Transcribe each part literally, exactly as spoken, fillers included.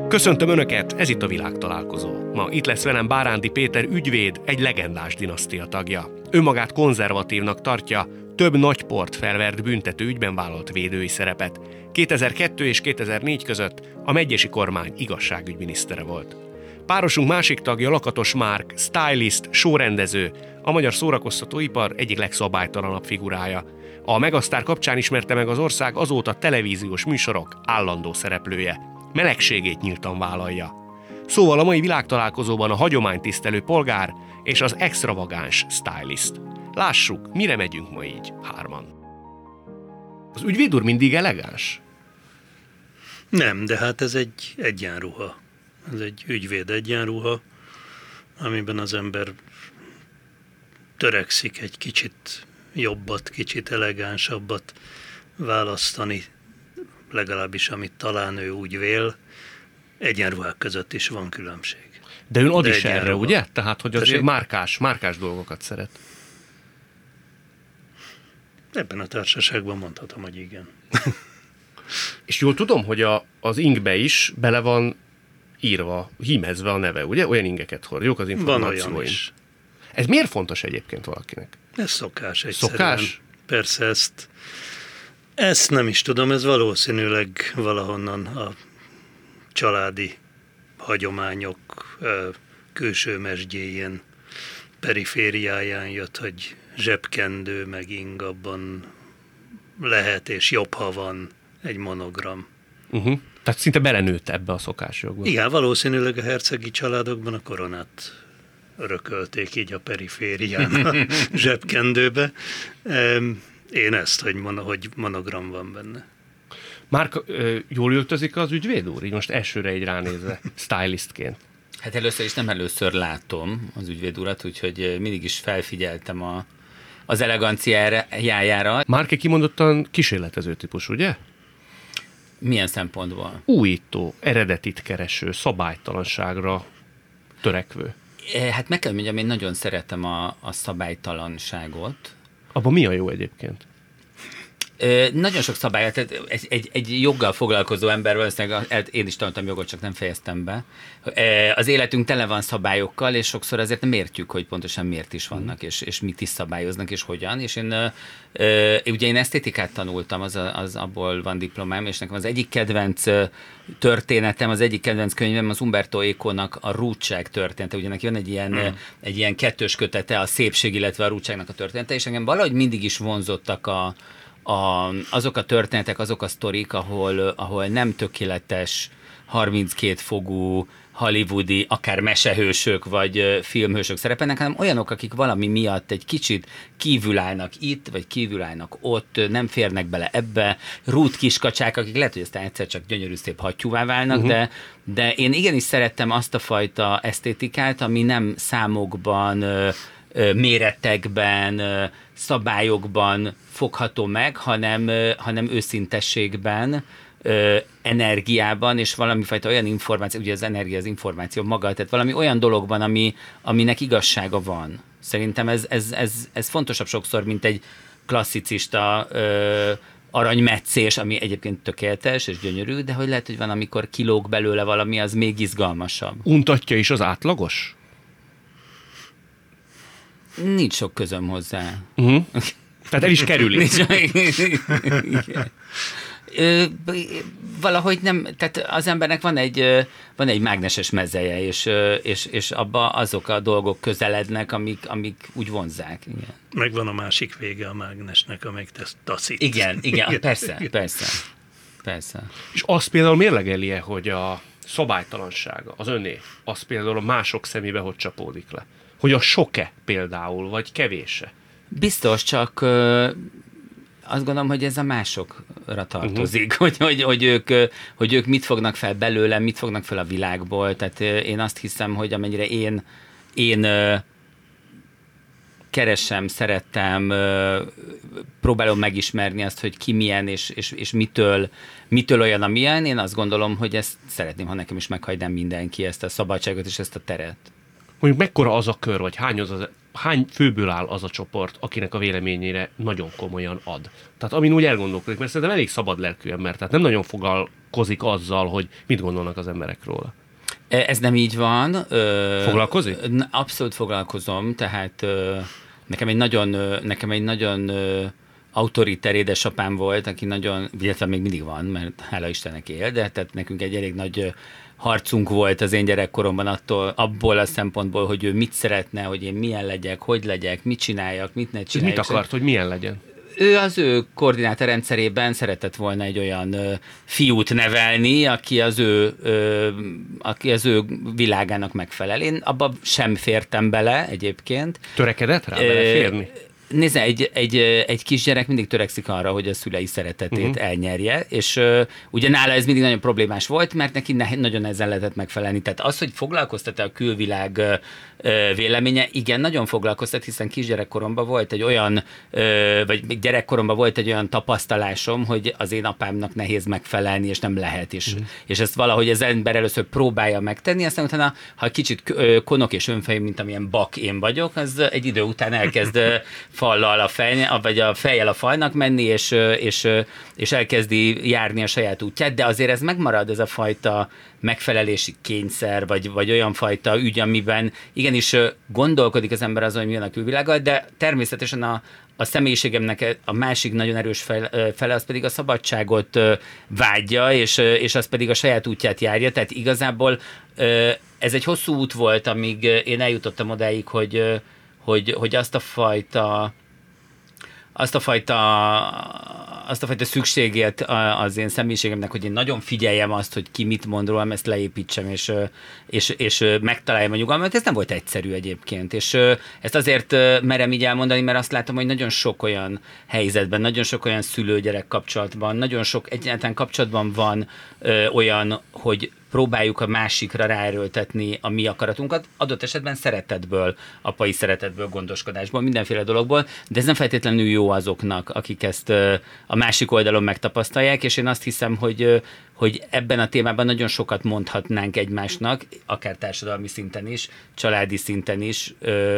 Köszöntöm Önöket, ez itt a Világtalálkozó. Ma itt lesz velem Bárándi Péter ügyvéd, egy legendás dinasztia tagja. Ő magát konzervatívnak tartja, több nagy port felvert büntető ügyben vállalt védői szerepet. kétezer-kettő és kétezer-négy között a megyesi kormány igazságügyminisztere volt. Párosunk másik tagja Lakatos Márk, stylist, showrendező, a magyar szórakoztatóipar egyik legszabálytalanabb figurája. A Megasztár kapcsán ismerte meg az ország azóta televíziós műsorok állandó szereplője. Melegségét nyíltan vállalja. Szóval a mai Világtalálkozóban a hagyománytisztelő polgár és az extravagáns stylist. Lássuk, mire megyünk ma így hárman. Az ügyvéd úr mindig elegáns? Nem, de hát ez egy egyenruha. Ez egy ügyvéd egyenruha, amiben az ember törekszik egy kicsit jobbat, kicsit elegánsabbat választani, legalábbis amit talán ő úgy vél. Egyenruhák között is van különbség. De ön ad De is erre, egyenruha. ugye? Tehát, hogy azért Tessék? márkás, márkás dolgokat szeret. Ebben a társaságban mondhatom, hogy igen. És jól tudom, hogy a, az ingbe is bele van írva, hímezve a neve, ugye? Olyan ingeket hordjuk az Van információim. olyan is. Ez miért fontos egyébként valakinek? Ez szokás egyszerűen. Szokás? Persze ezt, ezt nem is tudom, ez valószínűleg valahonnan a családi hagyományok ö, külső mesdjéjén, perifériáján jött, hogy zsebkendő meg ing, abban lehet és jobb, ha van egy monogram. Uh-huh. Tehát szinte belenőtt ebbe a szokásjogba. Igen, valószínűleg a hercegi családokban a koronát örökölték így a periférián a zsebkendőbe. Em, Én ezt, hogy, mono, hogy monogram van benne. Márk, ö, jól öltözik az ügyvéd úr? Így most elsőre így ránézve, stylistként. Hát először is nem először látom az ügyvéd urat, úgyhogy mindig is felfigyeltem a, az eleganciájára. Márk egy kimondottan kísérletező típus, ugye? Milyen szempontból? Újító, eredetit kereső, szabálytalanságra törekvő. Hát meg kell mondjam, én nagyon szeretem a, a szabálytalanságot. Abban mi a jó egyébként? Ö, nagyon sok szabály, tehát egy, egy, egy joggal foglalkozó ember, valószínűleg én is tanultam jogot, csak nem fejeztem be. Az életünk tele van szabályokkal, és sokszor azért nem értjük, hogy pontosan miért is vannak, és, és mit is szabályoznak, és hogyan. És én, ö, ugye én esztétikát tanultam, az, az abból van diplomám, és nekem az egyik kedvenc történetem, az egyik kedvenc könyvem az Umberto Eco-nak a rúdság története. Ugye neki van egy ilyen, mm. egy ilyen kettős kötete, a szépség, illetve a rúdságnak a története, és engem valahogy mindig is vonzottak a A, azok a történetek, azok a sztorik, ahol, ahol nem tökéletes, harminckét fogú, hollywoodi, akár mesehősök vagy filmhősök szerepelnek, hanem olyanok, akik valami miatt egy kicsit kívülállnak itt, vagy kívülállnak ott, nem férnek bele ebbe, rút kiskacsák, akik lehet, hogy aztán egyszer csak gyönyörű szép hattyúvá válnak, uh-huh. de, de én igenis szerettem azt a fajta esztétikát, ami nem számokban, méretekben, szabályokban fogható meg, hanem, hanem őszintességben, energiában, és valami fajta olyan információ, ugye az energia, az információ maga, tehát valami olyan dologban, ami, aminek igazsága van. Szerintem ez, ez, ez, ez fontosabb sokszor, mint egy klasszicista ö, aranymetszés, ami egyébként tökéletes és gyönyörű, de hogy lehet, hogy van, amikor kilóg belőle valami, az még izgalmasabb. Untatja is az átlagos? Nincs sok közöm hozzá. Uh-huh. Tehát el is kerüli. Ö, valahogy nem, tehát az embernek van egy, van egy mágneses mezeje, és, és, és abba azok a dolgok közelednek, amik, amik úgy vonzzák. Igen. Megvan a másik vége a mágnesnek, amelyik ezt taszít. Igen, igen, persze, persze, persze. És azt például mérlegeli-e, hogy a szabálytalansága, az öné, az például a mások szemébe hogy csapódik le? Hogy a sok-e például, vagy kevése? Biztos, csak ö, azt gondolom, hogy ez a másokra tartozik, uh-huh. hogy, hogy, hogy, ők, hogy ők mit fognak fel belőlem, mit fognak fel a világból. Tehát én azt hiszem, hogy amennyire én, én ö, keresem, szeretem, ö, próbálom megismerni azt, hogy ki milyen, és, és, és mitől, mitől olyan, amilyen, én azt gondolom, hogy ezt szeretném, ha nekem is meghagynám mindenki, ezt a szabadságot és ezt a teret. Mondjuk mekkora az a kör, vagy hány, az az, hány főből áll az a csoport, akinek a véleményére nagyon komolyan ad? Tehát amin úgy elgondolkodik, mert szerintem elég szabad lelkű ember, tehát nem nagyon fogalkozik foglalkozik azzal, hogy mit gondolnak az emberek róla? Ez nem így van. Foglalkozik? Abszolút foglalkozom, tehát nekem egy nagyon, nekem egy nagyon autoriter édesapám volt, aki nagyon, illetve még mindig van, mert hála Istennek él, de tehát nekünk egy elég nagy harcunk volt az én gyerekkoromban attól, abból a szempontból, hogy ő mit szeretne, hogy én milyen legyek, hogy legyek, mit csináljak, mit ne csináljak. Mit akart, hogy milyen legyen? Ő az ő koordinátorrendszerében szeretett volna egy olyan ö, fiút nevelni, aki az, ő, ö, aki az ő világának megfelel. Én abba sem fértem bele egyébként. Törekedett rá beleférni? Nézd, egy, egy, egy kisgyerek mindig törekszik arra, hogy a szülei szeretetét uh-huh. elnyerje, és uh, ugye nála ez mindig nagyon problémás volt, mert neki ne, nagyon ezzel lehetett megfelelni. Tehát az, hogy foglalkoztat a külvilág uh, véleménye, igen, nagyon foglalkoztat, hiszen kisgyerekkoromban volt egy olyan, uh, vagy gyerekkoromban volt egy olyan tapasztalásom, hogy az én apámnak nehéz megfelelni, és nem lehet. És, uh-huh. és ezt valahogy az ember először próbálja megtenni, aztán utána, ha kicsit konok és önfejű, mint amilyen bak én vagyok, az egy idő után elkezd fallal a fej, vagy a fejjel a falnak menni, és, és, és elkezdi járni a saját útját, de azért ez megmarad, ez a fajta megfelelési kényszer, vagy, vagy olyan fajta ügy, amiben igenis gondolkodik az ember azon, hogy milyen a külvilággal, de természetesen a, a személyiségemnek a másik nagyon erős fele, az pedig a szabadságot vágyja, és, és az pedig a saját útját járja, tehát igazából ez egy hosszú út volt, amíg én eljutottam odáig, hogy Hogy, hogy azt a fajta azt a fajta azt a fajta szükségét az én személyiségemnek, hogy én nagyon figyeljem azt, hogy ki mit mond rólam, ezt leépítsem, és, és, és megtaláljam a nyugalmat. Ez nem volt egyszerű egyébként, és ezt azért merem így elmondani, mert azt látom, hogy nagyon sok olyan helyzetben, nagyon sok olyan szülő-gyerek kapcsolatban, nagyon sok egyáltalán kapcsolatban van ö, olyan, hogy próbáljuk a másikra ráerőltetni a mi akaratunkat, adott esetben szeretetből, apai szeretetből, gondoskodásból, mindenféle dologból, de ez nem feltétlenül jó azoknak, akik ezt a másik oldalon megtapasztalják, és én azt hiszem, hogy, hogy ebben a témában nagyon sokat mondhatnánk egymásnak, akár társadalmi szinten is, családi szinten is,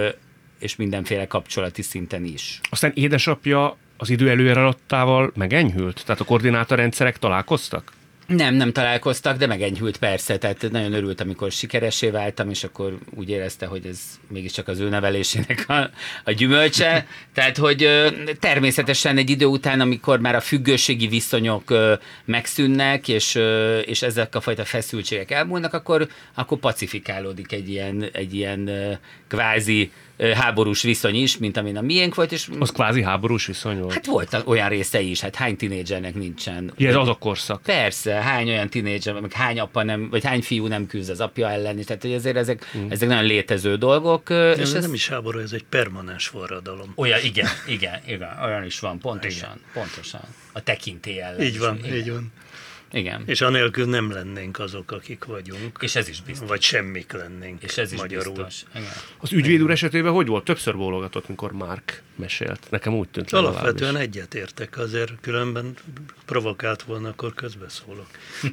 és mindenféle kapcsolati szinten is. Aztán édesapja az idő előre alattával megenyhült? Tehát a koordinátorrendszerek találkoztak? Nem, nem találkoztak, de megenyhült persze, tehát nagyon örült, amikor sikeressé váltam, és akkor úgy érezte, hogy ez mégiscsak az ő nevelésének a, a gyümölcse. Tehát, hogy természetesen egy idő után, amikor már a függőségi viszonyok megszűnnek, és, és ezek a fajta feszültségek elmúlnak, akkor, akkor pacifikálódik egy ilyen, egy ilyen kvázi háborús viszony is, mint amin a miénk volt. És az kvázi háborús viszony volt? Hát volt olyan része is, hát hány tinédzsernek nincsen. Ja, ez az a korszak. Persze, hány olyan tinédzser, meg hány apa nem, vagy hány fiú nem küzd az apja ellen, tehát hogy azért ezek, mm. ezek nagyon létező dolgok. Nem, és nem ez... is háború, ez egy permanens forradalom. Olyan, igen, igen, igen, olyan is van, pontosan, igen. pontosan. A tekintély ellen. Így van, is, így van. Igen. És anélkül nem lennénk azok, akik vagyunk. És ez is biztos. Vagy semmik lennénk. És ez is magyarul. biztos. Igen. Az ügyvéd úr esetében hogy volt? Többször bólogatott, mikor Mark mesélt. Nekem úgy tűnt. Alapvetően egyetértek, azért különben provokált volna, akkor közbeszólok.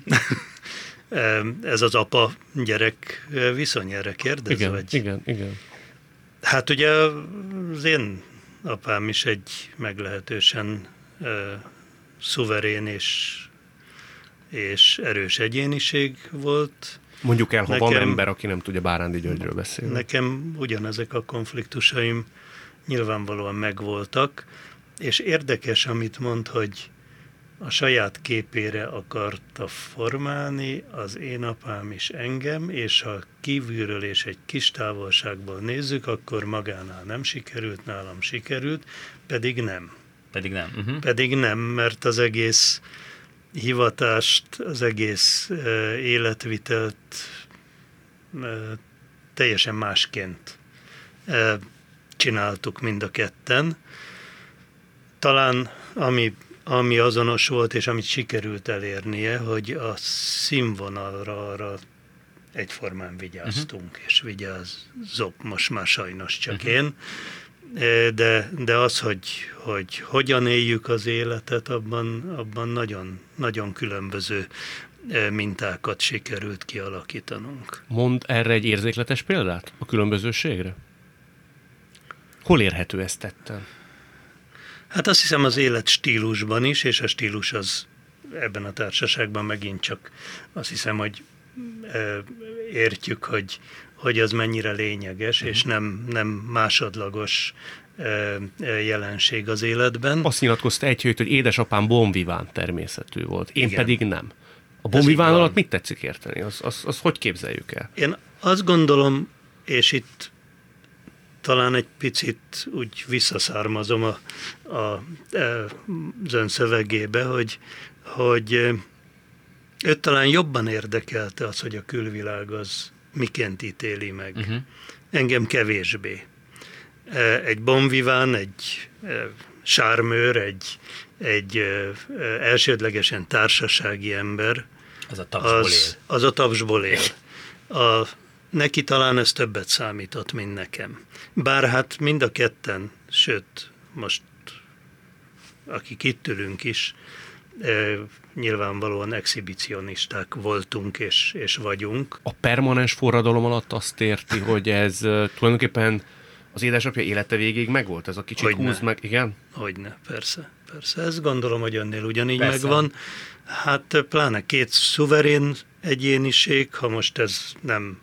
Ez az apa-gyerek viszony, erre kérdez? Igen, vagy? igen, igen. Hát ugye az én apám is egy meglehetősen uh, szuverén és és erős egyéniség volt. Mondjuk el, ha nekem, van ember, aki nem tudja Bárándi Györgyről beszélni. Nekem ugyanezek a konfliktusaim nyilvánvalóan megvoltak, és érdekes, amit mond, hogy a saját képére akarta formálni az én apám is engem, és ha kívülről és egy kis távolságból nézzük, akkor magánál nem sikerült, nálam sikerült, pedig nem. Pedig nem. Uh-huh. Pedig nem, mert az egész hivatást, az egész uh, életvitelt uh, teljesen másként uh, csináltuk mind a ketten. Talán ami, ami azonos volt, és amit sikerült elérnie, hogy a színvonalra arra egyformán vigyáztunk, uh-huh. és vigyázok most már sajnos csak uh-huh. én. De, de az, hogy, hogy hogyan éljük az életet, abban, abban nagyon, nagyon különböző mintákat sikerült kialakítanunk. Mond erre egy érzékletes példát a különbözőségre? Hol érhető ezt tetten? Hát azt hiszem az életstílusban is, és a stílus az ebben a társaságban megint csak azt hiszem, hogy értjük, hogy, hogy az mennyire lényeges, uh-huh. és nem, nem másodlagos jelenség az életben. Azt nyilatkozta egy hölgy, hogy édesapám bonviván természetű volt, én Igen. pedig nem. A bonviván alatt mit tetszik érteni? Az, az, az hogy képzeljük el? Én azt gondolom, és itt talán egy picit úgy visszaszármazom a, a, az ön szövegébe, hogy, hogy őt talán jobban érdekelte az, hogy a külvilág az miként ítéli meg. Uh-huh. Engem kevésbé. Egy bonviván, egy sármőr, egy, egy elsődlegesen társasági ember, az a tapsból az, él. Az a tapsból él. A, neki talán ez többet számított, mint nekem. Bár hát mind a ketten, sőt, most akik itt ülünk is, e, nyilvánvalóan exhibicionisták voltunk és, és vagyunk. A permanens forradalom alatt azt érti, hogy ez uh, tulajdonképpen az édesapja élete végéig megvolt? Ez a kicsit Hogyne. húz meg, igen? Hogyne, persze, persze. Ezt gondolom, hogy önnél ugyanígy persze. megvan. Hát pláne két szuverén egyéniség, ha most ez nem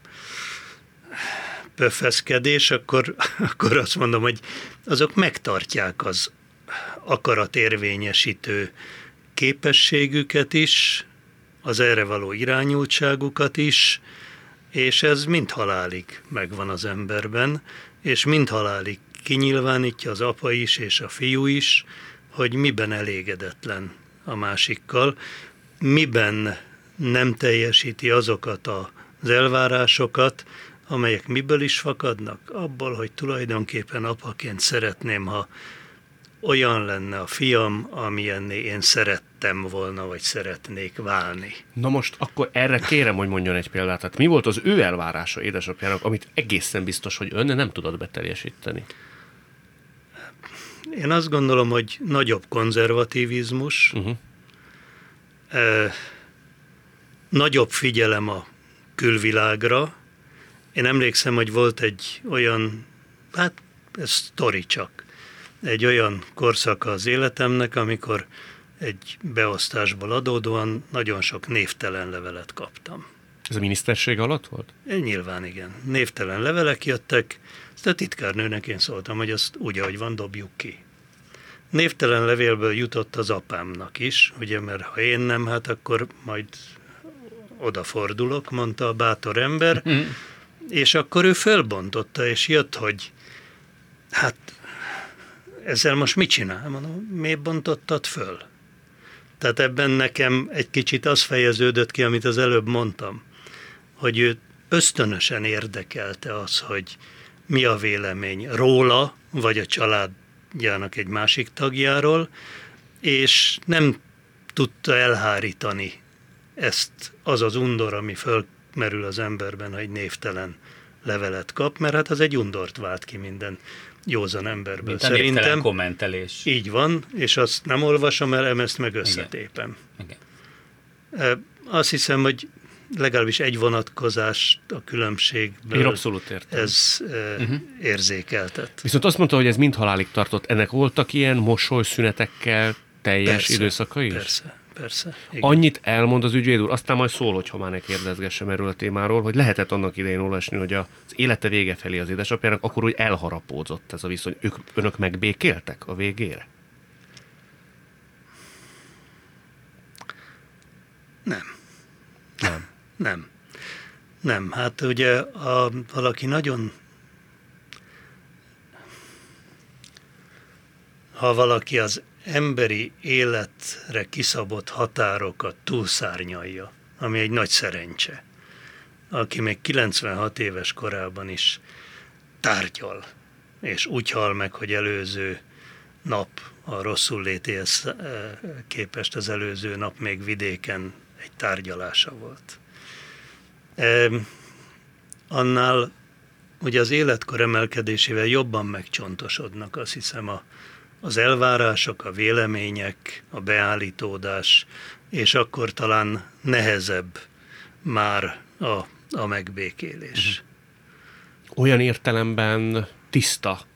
pöfeszkedés, akkor, akkor azt mondom, hogy azok megtartják az akaratérvényesítő képességüket is, az erre való irányultságukat is, és ez mind halálig megvan az emberben, és mind halálig kinyilvánítja az apa is és a fiú is, hogy miben elégedetlen a másikkal, miben nem teljesíti azokat az elvárásokat, amelyek miből is fakadnak? Abból, hogy tulajdonképpen apaként szeretném, ha olyan lenne a fiam, amilyenné én szerettem volna, vagy szeretnék válni. Na most akkor erre kérem, hogy mondjon egy példát. Tehát mi volt az ő elvárása édesapjának, amit egészen biztos, hogy ön nem tudott beteljesíteni? Én azt gondolom, hogy nagyobb konzervativizmus, uh-huh. eh, nagyobb figyelem a külvilágra. Én emlékszem, hogy volt egy olyan, hát ez sztori csak, egy olyan korszaka az életemnek, amikor egy beosztásból adódóan nagyon sok névtelen levelet kaptam. Ez a miniszterség alatt volt? Nyilván igen. Névtelen levelek jöttek, ezt a titkárnőnek én szóltam, hogy azt úgy, ahogy van, dobjuk ki. Névtelen levélből jutott az apámnak is, ugye, mert ha én nem, hát akkor majd odafordulok, mondta a bátor ember, mm. és akkor ő fölbontotta, és jött, hogy hát ezzel most mit csinál? Mondom, miért bontottad föl? Tehát ebben nekem egy kicsit az fejeződött ki, amit az előbb mondtam, hogy ő ösztönösen érdekelte az, hogy mi a vélemény róla, vagy a családjának egy másik tagjáról, és nem tudta elhárítani ezt az az undor, ami fölmerül az emberben, hogy névtelen levelet kap, mert hát az egy undort vált ki minden józan emberből. Mint a szerintem névtelen kommentelés. Így van, és azt nem olvasom el, ezt meg összetépem. Igen. Igen. Azt hiszem, hogy legalábbis egy vonatkozás a különbségből. Én abszolút értem. Ez uh-huh. érzékeltet. Viszont azt mondta, hogy ez mind halálig tartott. Ennek voltak ilyen mosolyszünetekkel teljes persze, időszakai is? Persze, persze. Igen. Annyit elmond az ügyvéd úr, aztán majd szól, hogyha már ne kérdezgessem erről a témáról, hogy lehetett annak idején olvasni, hogy az élete vége felé az édesapjának, akkor úgy elharapódzott ez a viszony. Ők, önök megbékéltek a végére? Nem. Nem. Nem. Nem. Hát ugye a, valaki nagyon... Ha valaki az emberi életre kiszabott határokat túlszárnyalja, ami egy nagy szerencse, aki még kilencvenhat éves korában is tárgyal, és úgy hal meg, hogy előző nap a rosszul létéhez képest az előző nap még vidéken egy tárgyalása volt. E, annál ugye az életkor emelkedésével jobban megcsontosodnak, azt hiszem, a, az elvárások, a vélemények, a beállítódás, és akkor talán nehezebb már a, a megbékélés. Olyan értelemben tiszta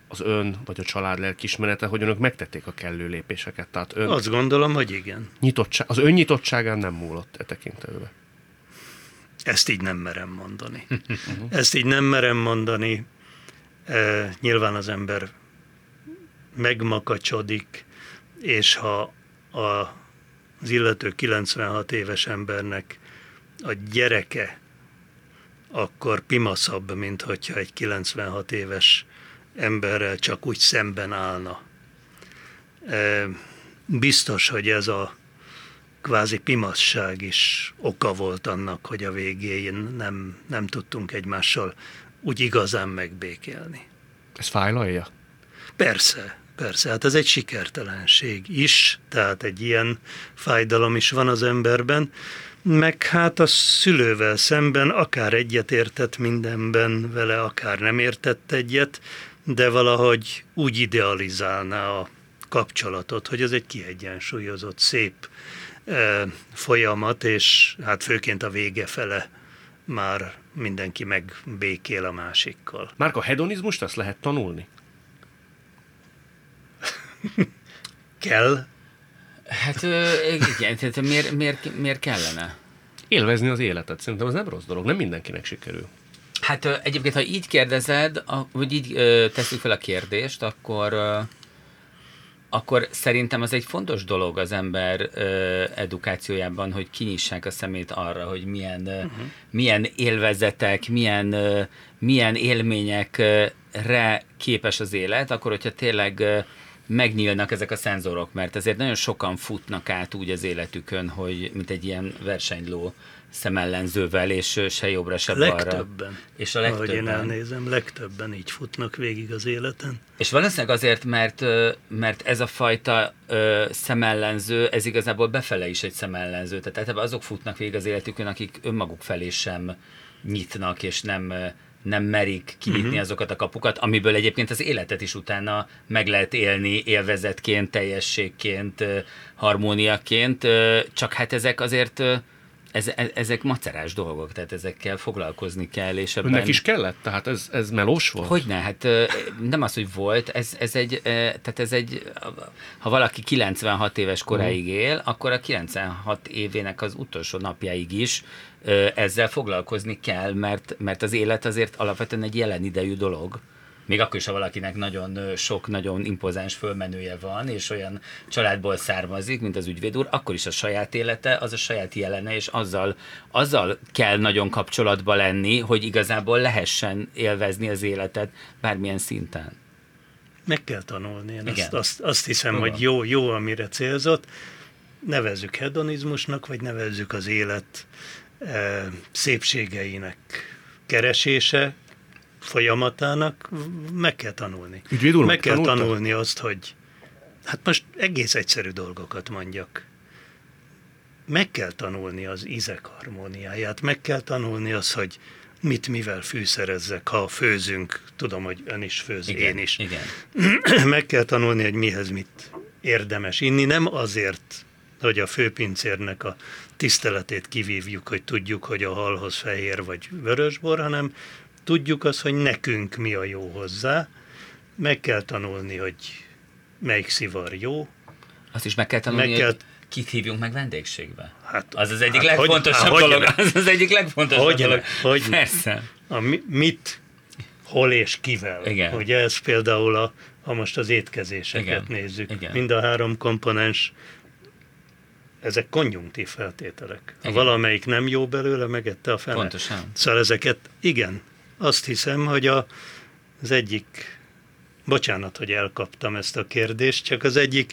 az ön vagy a család lelkiismerete, hogy önök megtették a kellő lépéseket. Tehát ön Azt gondolom, hogy igen. nyitottság, az ön nyitottságán nem múlott e tekintetben. Ezt így nem merem mondani. Ezt így nem merem mondani. E, nyilván az ember megmakacsodik, és ha a, az illető kilencvenhat éves embernek a gyereke, akkor pimaszabb, mint hogyha egy kilencvenhat éves emberrel csak úgy szemben állna. E, biztos, hogy ez a kvázi pimasság is oka volt annak, hogy a végén nem, nem tudtunk egymással úgy igazán megbékélni. Ez fájlalja? Persze, persze, hát ez egy sikertelenség is, tehát egy ilyen fájdalom is van az emberben, meg hát a szülővel szemben akár egyet értett mindenben vele, akár nem értett egyet, de valahogy úgy idealizálná a kapcsolatot, hogy ez egy kiegyensúlyozott, szép e, folyamat, és hát főként a vége fele már mindenki megbékél a másikkal. Márk, a hedonizmust azt lehet tanulni? Kell? Hát ö, igen, tehát miért, miért, miért kellene? Élvezni az életet. Szerintem az nem rossz dolog, nem mindenkinek sikerül. Hát ö, egyébként, ha így kérdezed, a, vagy így ö, tesszük fel a kérdést, akkor, ö, akkor szerintem az egy fontos dolog az ember ö, edukációjában, hogy kinyissák a szemét arra, hogy milyen, ö, uh-huh. milyen élvezetek, milyen, ö, milyen élményekre képes az élet, akkor hogyha tényleg ö, megnyílnak ezek a szenzorok, mert azért nagyon sokan futnak át úgy az életükön, hogy mint egy ilyen versenyló szemellenzővel, és se jobbra, se balra. Legtöbben. És a legtöbben. Ahogy én elnézem, legtöbben így futnak végig az életen. És valószínűleg azért, mert, mert ez a fajta ö, szemellenző, ez igazából befele is egy szemellenző. Tehát általában azok futnak végig az életükön, akik önmaguk felé sem nyitnak, és nem... nem merik kinyitni uh-huh. azokat a kapukat, amiből egyébként az életet is utána meg lehet élni élvezetként, teljességként, harmóniaként, csak hát ezek azért, ez, ezek macerás dolgok, tehát ezekkel foglalkozni kell, és ebben... Önnek is kellett? Tehát ez, ez melós volt? Hogyne, hát nem az, hogy volt, ez, ez egy, tehát ez egy, ha valaki kilencvenhat éves koráig él, akkor a kilencvenhat évének az utolsó napjáig is ezzel foglalkozni kell, mert, mert az élet azért alapvetően egy jelen idejű dolog. Még akkor is, ha valakinek nagyon sok, nagyon impozáns fölmenője van, és olyan családból származik, mint az ügyvéd úr, akkor is a saját élete, az a saját jelene, és azzal, azzal kell nagyon kapcsolatba lenni, hogy igazából lehessen élvezni az életet bármilyen szinten. Meg kell tanulni. Én Igen. azt, azt, azt hiszem, Tudom. hogy jó, jó, amire célzott. Nevezzük hedonizmusnak, vagy nevezzük az élet e, szépségeinek keresése, folyamatának, meg kell tanulni. Ügyvéd úr, meg kell tanulta? tanulni azt, hogy hát most egész egyszerű dolgokat mondjak. Meg kell tanulni az ízek harmóniáját, meg kell tanulni azt, hogy mit mivel fűszerezzek, ha főzünk, tudom, hogy ön is főz, Igen, én is. igen. Meg kell tanulni, hogy mihez mit érdemes inni, nem azért, hogy a főpincérnek a tiszteletét kivívjuk, hogy tudjuk, hogy a halhoz fehér vagy vörösbor, hanem tudjuk azt, hogy nekünk mi a jó hozzá. Meg kell tanulni, hogy melyik szivar jó. Azt is meg kell tanulni, meg kell... hogy kit hívjunk meg vendégségbe. Hát, az az egyik hát legfontosabb hogy, dolog. Hogyne. Az az egyik legfontosabb Hogyne. dolog. Hogyne. Persze. A mi, mit, hol és kivel. Igen. Ugye ez például, a, ha most az étkezéseket Igen. nézzük. Igen. Mind a három komponens, ezek konjunktív feltételek. Ha Igen. valamelyik nem jó belőle, megette a fele. Pontosan. Szóval ezeket, igen, azt hiszem, hogy a, az egyik, bocsánat, hogy elkaptam ezt a kérdést, csak az egyik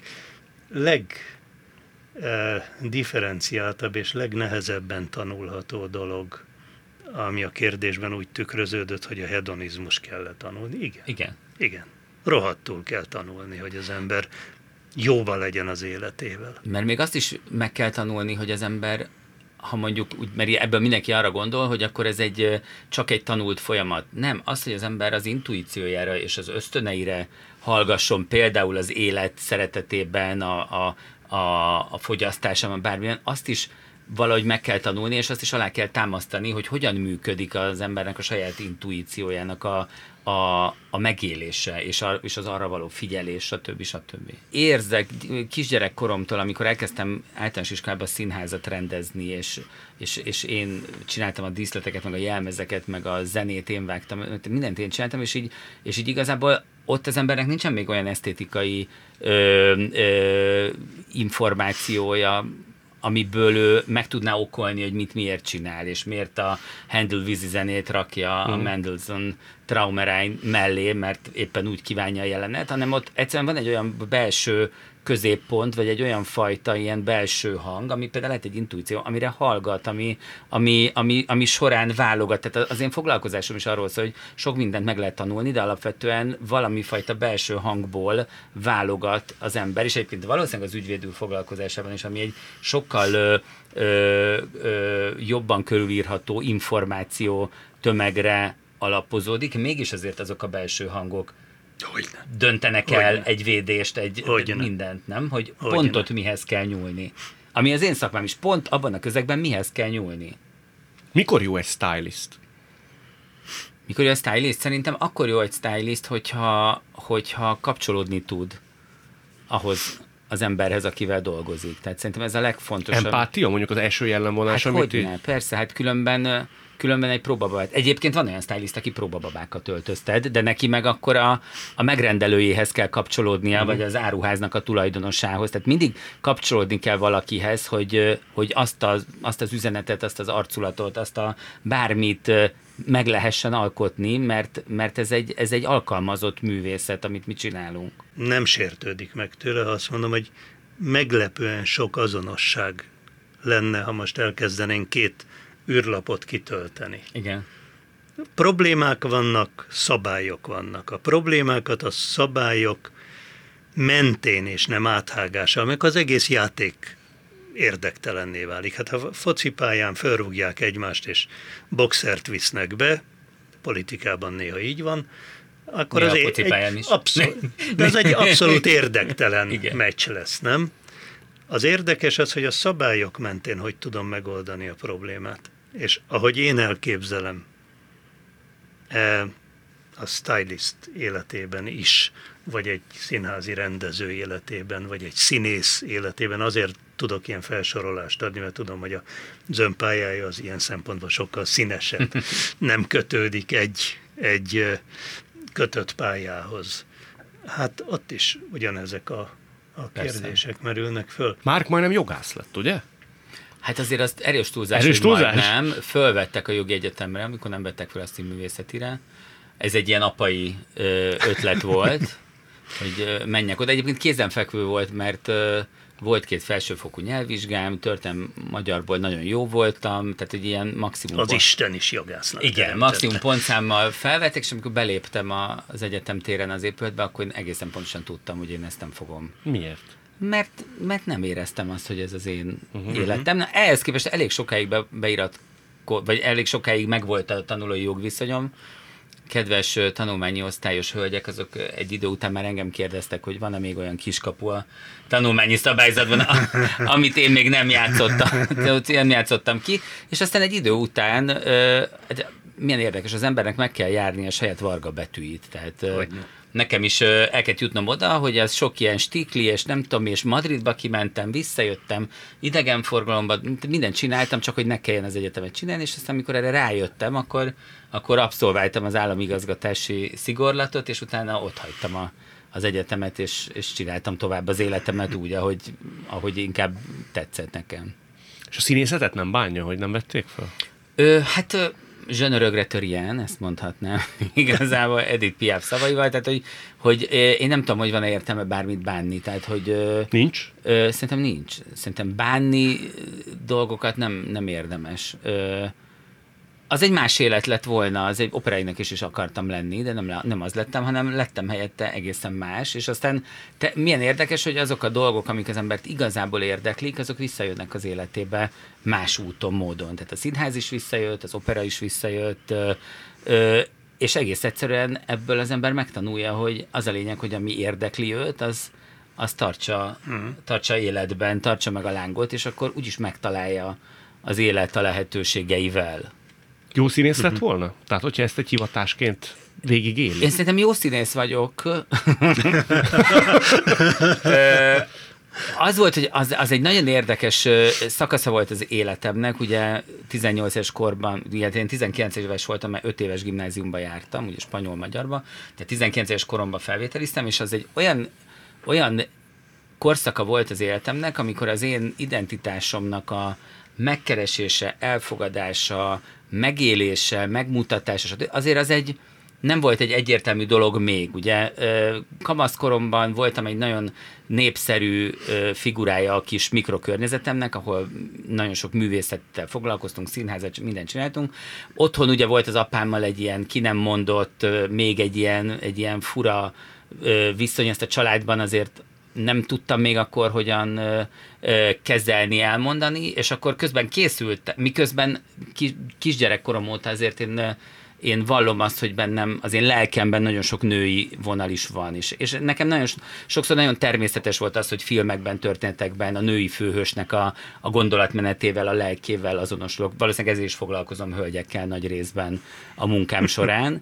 legdifferenciáltabb és legnehezebben tanulható dolog, ami a kérdésben úgy tükröződött, hogy a hedonizmus kellett tanulni. Igen. Igen. Igen. Rohadtul kell tanulni, hogy az ember jóba legyen az életével. Mert még azt is meg kell tanulni, hogy az ember, ha mondjuk, úgy, mert ebből mindenki arra gondol, hogy akkor ez egy csak egy tanult folyamat. Nem, az, hogy az ember az intuíciójára és az ösztöneire hallgasson, például az élet szeretetében, a, a, a, a fogyasztásában, bármilyen, azt is valahogy meg kell tanulni, és azt is alá kell támasztani, hogy hogyan működik az embernek a saját intuíciójának a, a, a megélése, és, a, és az arra való figyelés, stb. stb. Érzek kisgyerekkoromtól, amikor elkezdtem általános iskolában színházat rendezni, és, és, és én csináltam a díszleteket, meg a jelmezeket, meg a zenét én vágtam, mindent én csináltam, és így, és így igazából ott az embernek nincsen még olyan esztétikai ö, ö, információja, amiből ő meg tudná okolni, hogy mit miért csinál, és miért a Handel vízi zenét rakja a Mendelssohn Traumerein mellé, mert éppen úgy kívánja a jelenet, hanem ott egyszerűen van egy olyan belső középpont, vagy egy olyan fajta ilyen belső hang, ami például lehet egy intuíció, amire hallgat, ami, ami, ami, ami során válogat. Tehát az én foglalkozásom is arról szól, hogy sok mindent meg lehet tanulni, de alapvetően valami fajta belső hangból válogat az ember, és egyébként valószínűleg az ügyvédül foglalkozásában is, ami egy sokkal ö, ö, ö, jobban körülírható információ tömegre alapozódik, mégis azért azok a belső hangok Hogyne. döntenek Hogyne. el egy védést, egy Hogyne. mindent, nem? Hogy Hogyne. pontot mihez kell nyúlni. Ami az én szakmám is, pont abban a közegben mihez kell nyúlni. Mikor jó egy stylist? Mikor jó a stylist? Szerintem akkor jó egy stylist, hogyha, hogyha kapcsolódni tud ahhoz az emberhez, akivel dolgozik. Tehát szerintem ez a legfontosabb. Empátia mondjuk az első jellemvonás, Hát amit hogyne, így... persze, hát különben, különben egy próbababát. Egyébként van olyan stylist, aki próbababákat öltözted, de neki meg akkor a, a megrendelőjéhez kell kapcsolódnia, mm. vagy az áruháznak a tulajdonosához. Tehát mindig kapcsolódni kell valakihez, hogy, hogy azt, az, azt az üzenetet, azt az arculatot, azt a bármit meg lehessen alkotni, mert, mert ez, egy, ez egy alkalmazott művészet, amit mi csinálunk. Nem sértődik meg tőle, ha azt mondom, hogy meglepően sok azonosság lenne, ha most elkezdenénk két űrlapot kitölteni. Igen. Problémák vannak, szabályok vannak. A problémákat a szabályok mentén és nem áthágással, meg az egész játék érdektelenné válik. Hát ha focipályán felrúgják egymást és boxert visznek be, politikában néha így van, akkor Néha az a focipályán is. Abszolút, de az egy abszolút érdektelen Igen. meccs lesz, nem? Az érdekes az, hogy a szabályok mentén hogy tudom megoldani a problémát. És ahogy én elképzelem, a stylist életében is, vagy egy színházi rendező életében, vagy egy színész életében, azért tudok ilyen felsorolást adni, mert tudom, hogy az önpályája az ilyen szempontból sokkal színesebb, nem kötődik egy, egy kötött pályához. Hát ott is ugyanezek a, a kérdések merülnek föl. Márk majdnem jogász lett, ugye? Hát azért azt erős túlzás, Erős hogy túlzás? majdnem fölvettek a jogi egyetemre, amikor nem vettek fel a színművészetire. Ez egy ilyen apai ö, ötlet volt, hogy ö, menjek oda. Egyébként kézenfekvő volt, mert ö, volt két felsőfokú nyelvvizsgám, történelem magyarból nagyon jó voltam, tehát egy ilyen maximum... Az Isten is jogásznak Igen, teremtette. maximum pontszámmal felvettek, és amikor beléptem a, az egyetem téren az épületbe, akkor én egészen pontosan tudtam, hogy én ezt nem fogom. Miért? Mert, mert nem éreztem azt, hogy ez az én uh-huh. életem. Na, ehhez képest elég sokáig be, beirat, vagy elég sokáig megvolt a tanulói jogviszonyom. Kedves tanulmányi osztályos hölgyek, azok egy idő után már engem kérdeztek, hogy van-e még olyan kiskapu a tanulmányi szabályzatban, amit én még nem játszottam, nem játszottam ki. És aztán egy idő után, milyen érdekes, az embernek meg kell járni a saját varga betűit. Tehát Hogyne. Nekem is el kellett jutnom oda, hogy ez sok ilyen stikli, és nem tudom, és Madridba kimentem, visszajöttem, idegenforgalomban, mindent csináltam, csak hogy ne kelljen az egyetemet csinálni, és aztán amikor erre rájöttem, akkor, akkor abszolváltam az államigazgatási szigorlatot, és utána ott hagytam a, az egyetemet, és, és csináltam tovább az életemet úgy, ahogy, ahogy inkább tetszett nekem. És a színészetet nem bánja, hogy nem vették fel? Ö, hát... Je ne regrette rien, ezt mondhatnám igazából Edith Piaf szavaival, tehát hogy, hogy én nem tudom, hogy van-e értelme bármit bánni, tehát hogy... Nincs? Ö, szerintem nincs. Szerintem bánni dolgokat nem, nem érdemes. Ö, az egy más élet lett volna, az egy operáinak is is akartam lenni, de nem, nem az lettem, hanem lettem helyette egészen más, és aztán te, milyen érdekes, hogy azok a dolgok, amik az embert igazából érdeklik, azok visszajönnek az életébe más úton, módon. Tehát a színház is visszajött, az opera is visszajött, ö, ö, és egész egyszerűen ebből az ember megtanulja, hogy az a lényeg, hogy ami érdekli őt, az, az tartsa, uh-huh. tartsa életben, tartsa meg a lángot, és akkor úgyis megtalálja az élet a lehetőségeivel. Jó színész lett volna? Tehát, hogyha ezt egy hivatásként végig éli? Én szerintem jó színész vagyok. Az volt, hogy az, az egy nagyon érdekes szakasza volt az életemnek, ugye tizennyolc éves korban, ugye én tizenkilenc éves voltam, mert öt éves gimnáziumba jártam, ugye spanyol-magyarba, de tizenkilenc éves koromban felvételiztem, és az egy olyan, olyan korszaka volt az életemnek, amikor az én identitásomnak a megkeresése, elfogadása, megélése, megmutatása, azért az egy nem volt egy egyértelmű dolog még, ugye kamaszkoromban voltam egy nagyon népszerű figurája a kis mikrokörnyezetemnek, ahol nagyon sok művészettel foglalkoztunk, színházat, mindent csináltunk. Otthon ugye volt az apámmal egy ilyen ki nem mondott, még egy ilyen, egy ilyen fura viszony, ezt a családban azért nem tudtam még akkor hogyan ö, ö, kezelni, elmondani, és akkor közben készült, miközben kis, kisgyerekkorom óta azért én, én vallom azt, hogy bennem, az én lelkemben nagyon sok női vonal is van. És, és nekem nagyon sokszor nagyon természetes volt az, hogy filmekben, történetekben a női főhősnek a, a gondolatmenetével, a lelkével azonosulok. Valószínűleg ezért is foglalkozom hölgyekkel nagy részben a munkám során.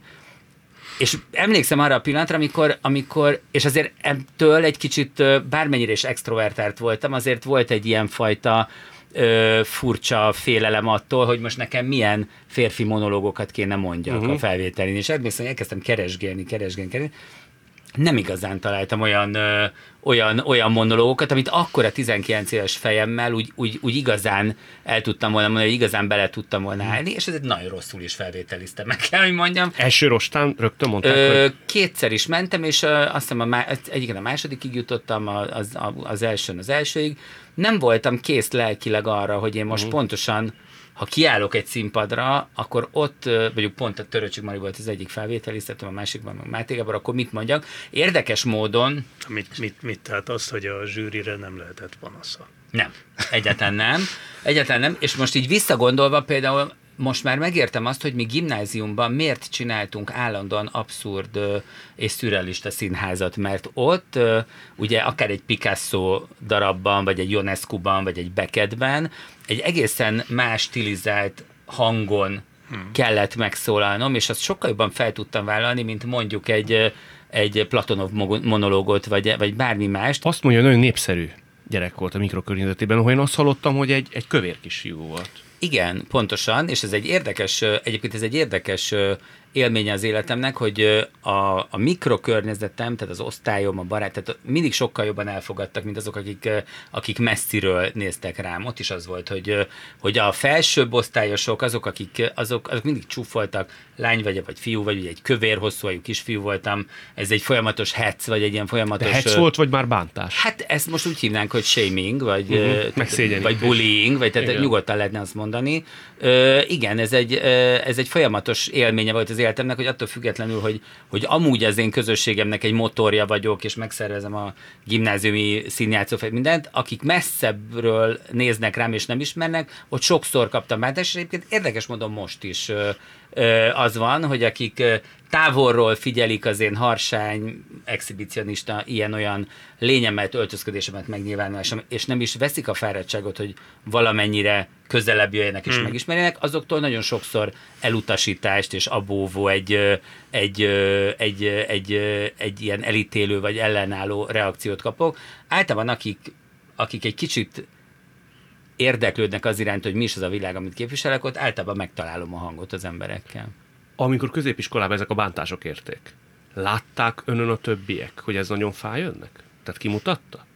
És emlékszem arra a pillanatra, amikor, amikor, és azért ettől egy kicsit bármennyire is extrovertált voltam, azért volt egy ilyen fajta ö, furcsa félelem attól, hogy most nekem milyen férfi monológokat kéne mondjak uh-huh. a felvételén. És emlékszem, elkezdtem keresgélni, keresgélni, keresgélni. Nem igazán találtam olyan, ö, olyan, olyan monológokat, amit akkor a tizenkilenc éves fejemmel úgy, úgy, úgy igazán el tudtam volna mondani, hogy igazán bele tudtam volna állni, és ez egy nagyon rosszul is felvételiztem, meg kell, hogy mondjam. Első rostán rögtön mondták, ö, hogy... Kétszer is mentem, és ö, azt hiszem a má, egyiken a másodikig jutottam, az, az elsőn az elsőig. Nem voltam kész lelkileg arra, hogy én most uh-huh. pontosan, ha kiállok egy színpadra, akkor ott, vagyok pont a Töröcsik Mari volt az egyik felvételiztetőm, a másikban meg Máté Gábor, akkor mit mondjak? Érdekes módon... Mit, mit, mit, tehát azt, hogy a zsűrire nem lehetett panasza. Nem, egyáltalán nem. Egyáltalán nem, és most így visszagondolva például most már megértem azt, hogy mi gimnáziumban miért csináltunk állandóan abszurd és szürrealista színházat, mert ott ugye akár egy Picasso darabban, vagy egy Ionescu-ban, vagy egy Beckettben egy egészen más stilizált hangon hmm. kellett megszólalnom, és azt sokkal jobban fel tudtam vállalni, mint mondjuk egy, egy Platonov monológot, vagy, vagy bármi mást. Azt mondja, hogy nagyon népszerű gyerek volt a mikrokörnyezetében, ahol én azt hallottam, hogy egy, egy kövér kisfiú volt. Igen, pontosan, és ez egy érdekes, egyébként ez egy érdekes élménye az életemnek, hogy a, a mikrokörnyezetem, tehát az osztályom, a barát, tehát mindig sokkal jobban elfogadtak, mint azok, akik, akik messziről néztek rám. Ott is az volt, hogy, hogy a felsőbb osztályosok, azok, akik azok, azok mindig csúfoltak, lány vagy, vagy fiú, vagy ugye egy kövér, hosszúajú kisfiú voltam. Ez egy folyamatos hetz, vagy egy ilyen folyamatos... De hetz volt, vagy már bántás? Hát ezt most úgy hívnánk, hogy shaming, vagy, uh-huh. tehát, vagy bullying, vagy tehát igen. nyugodtan lehetne azt mondani. Ö, igen, ez egy, ez egy folyamatos élménye volt az életemnek, hogy attól függetlenül, hogy, hogy amúgy az én közösségemnek egy motorja vagyok, és megszervezem a gimnáziumi színjátszófejt mindent, akik messzebbről néznek rám, és nem ismernek, ott sokszor kaptam bántást, és egyébként érdekes módon most is ö, ö, az van, hogy akik távolról figyelik az én harsány, exhibicionista, ilyen-olyan lényemet, öltözködésemet, megnyilvánulásom, és nem is veszik a fáradtságot, hogy valamennyire közelebb jöjjenek és hmm. megismerjenek, azoktól nagyon sokszor elutasítást és abóvó egy, egy, egy, egy, egy, egy ilyen elítélő vagy ellenálló reakciót kapok. Általában akik, akik egy kicsit érdeklődnek az iránt, hogy mi is az a világ, amit képviselek, ott általában megtalálom a hangot az emberekkel. Amikor középiskolában ezek a bántások érték, látták önön a többiek, hogy ez nagyon fáj önnek? Tehát kimutatta?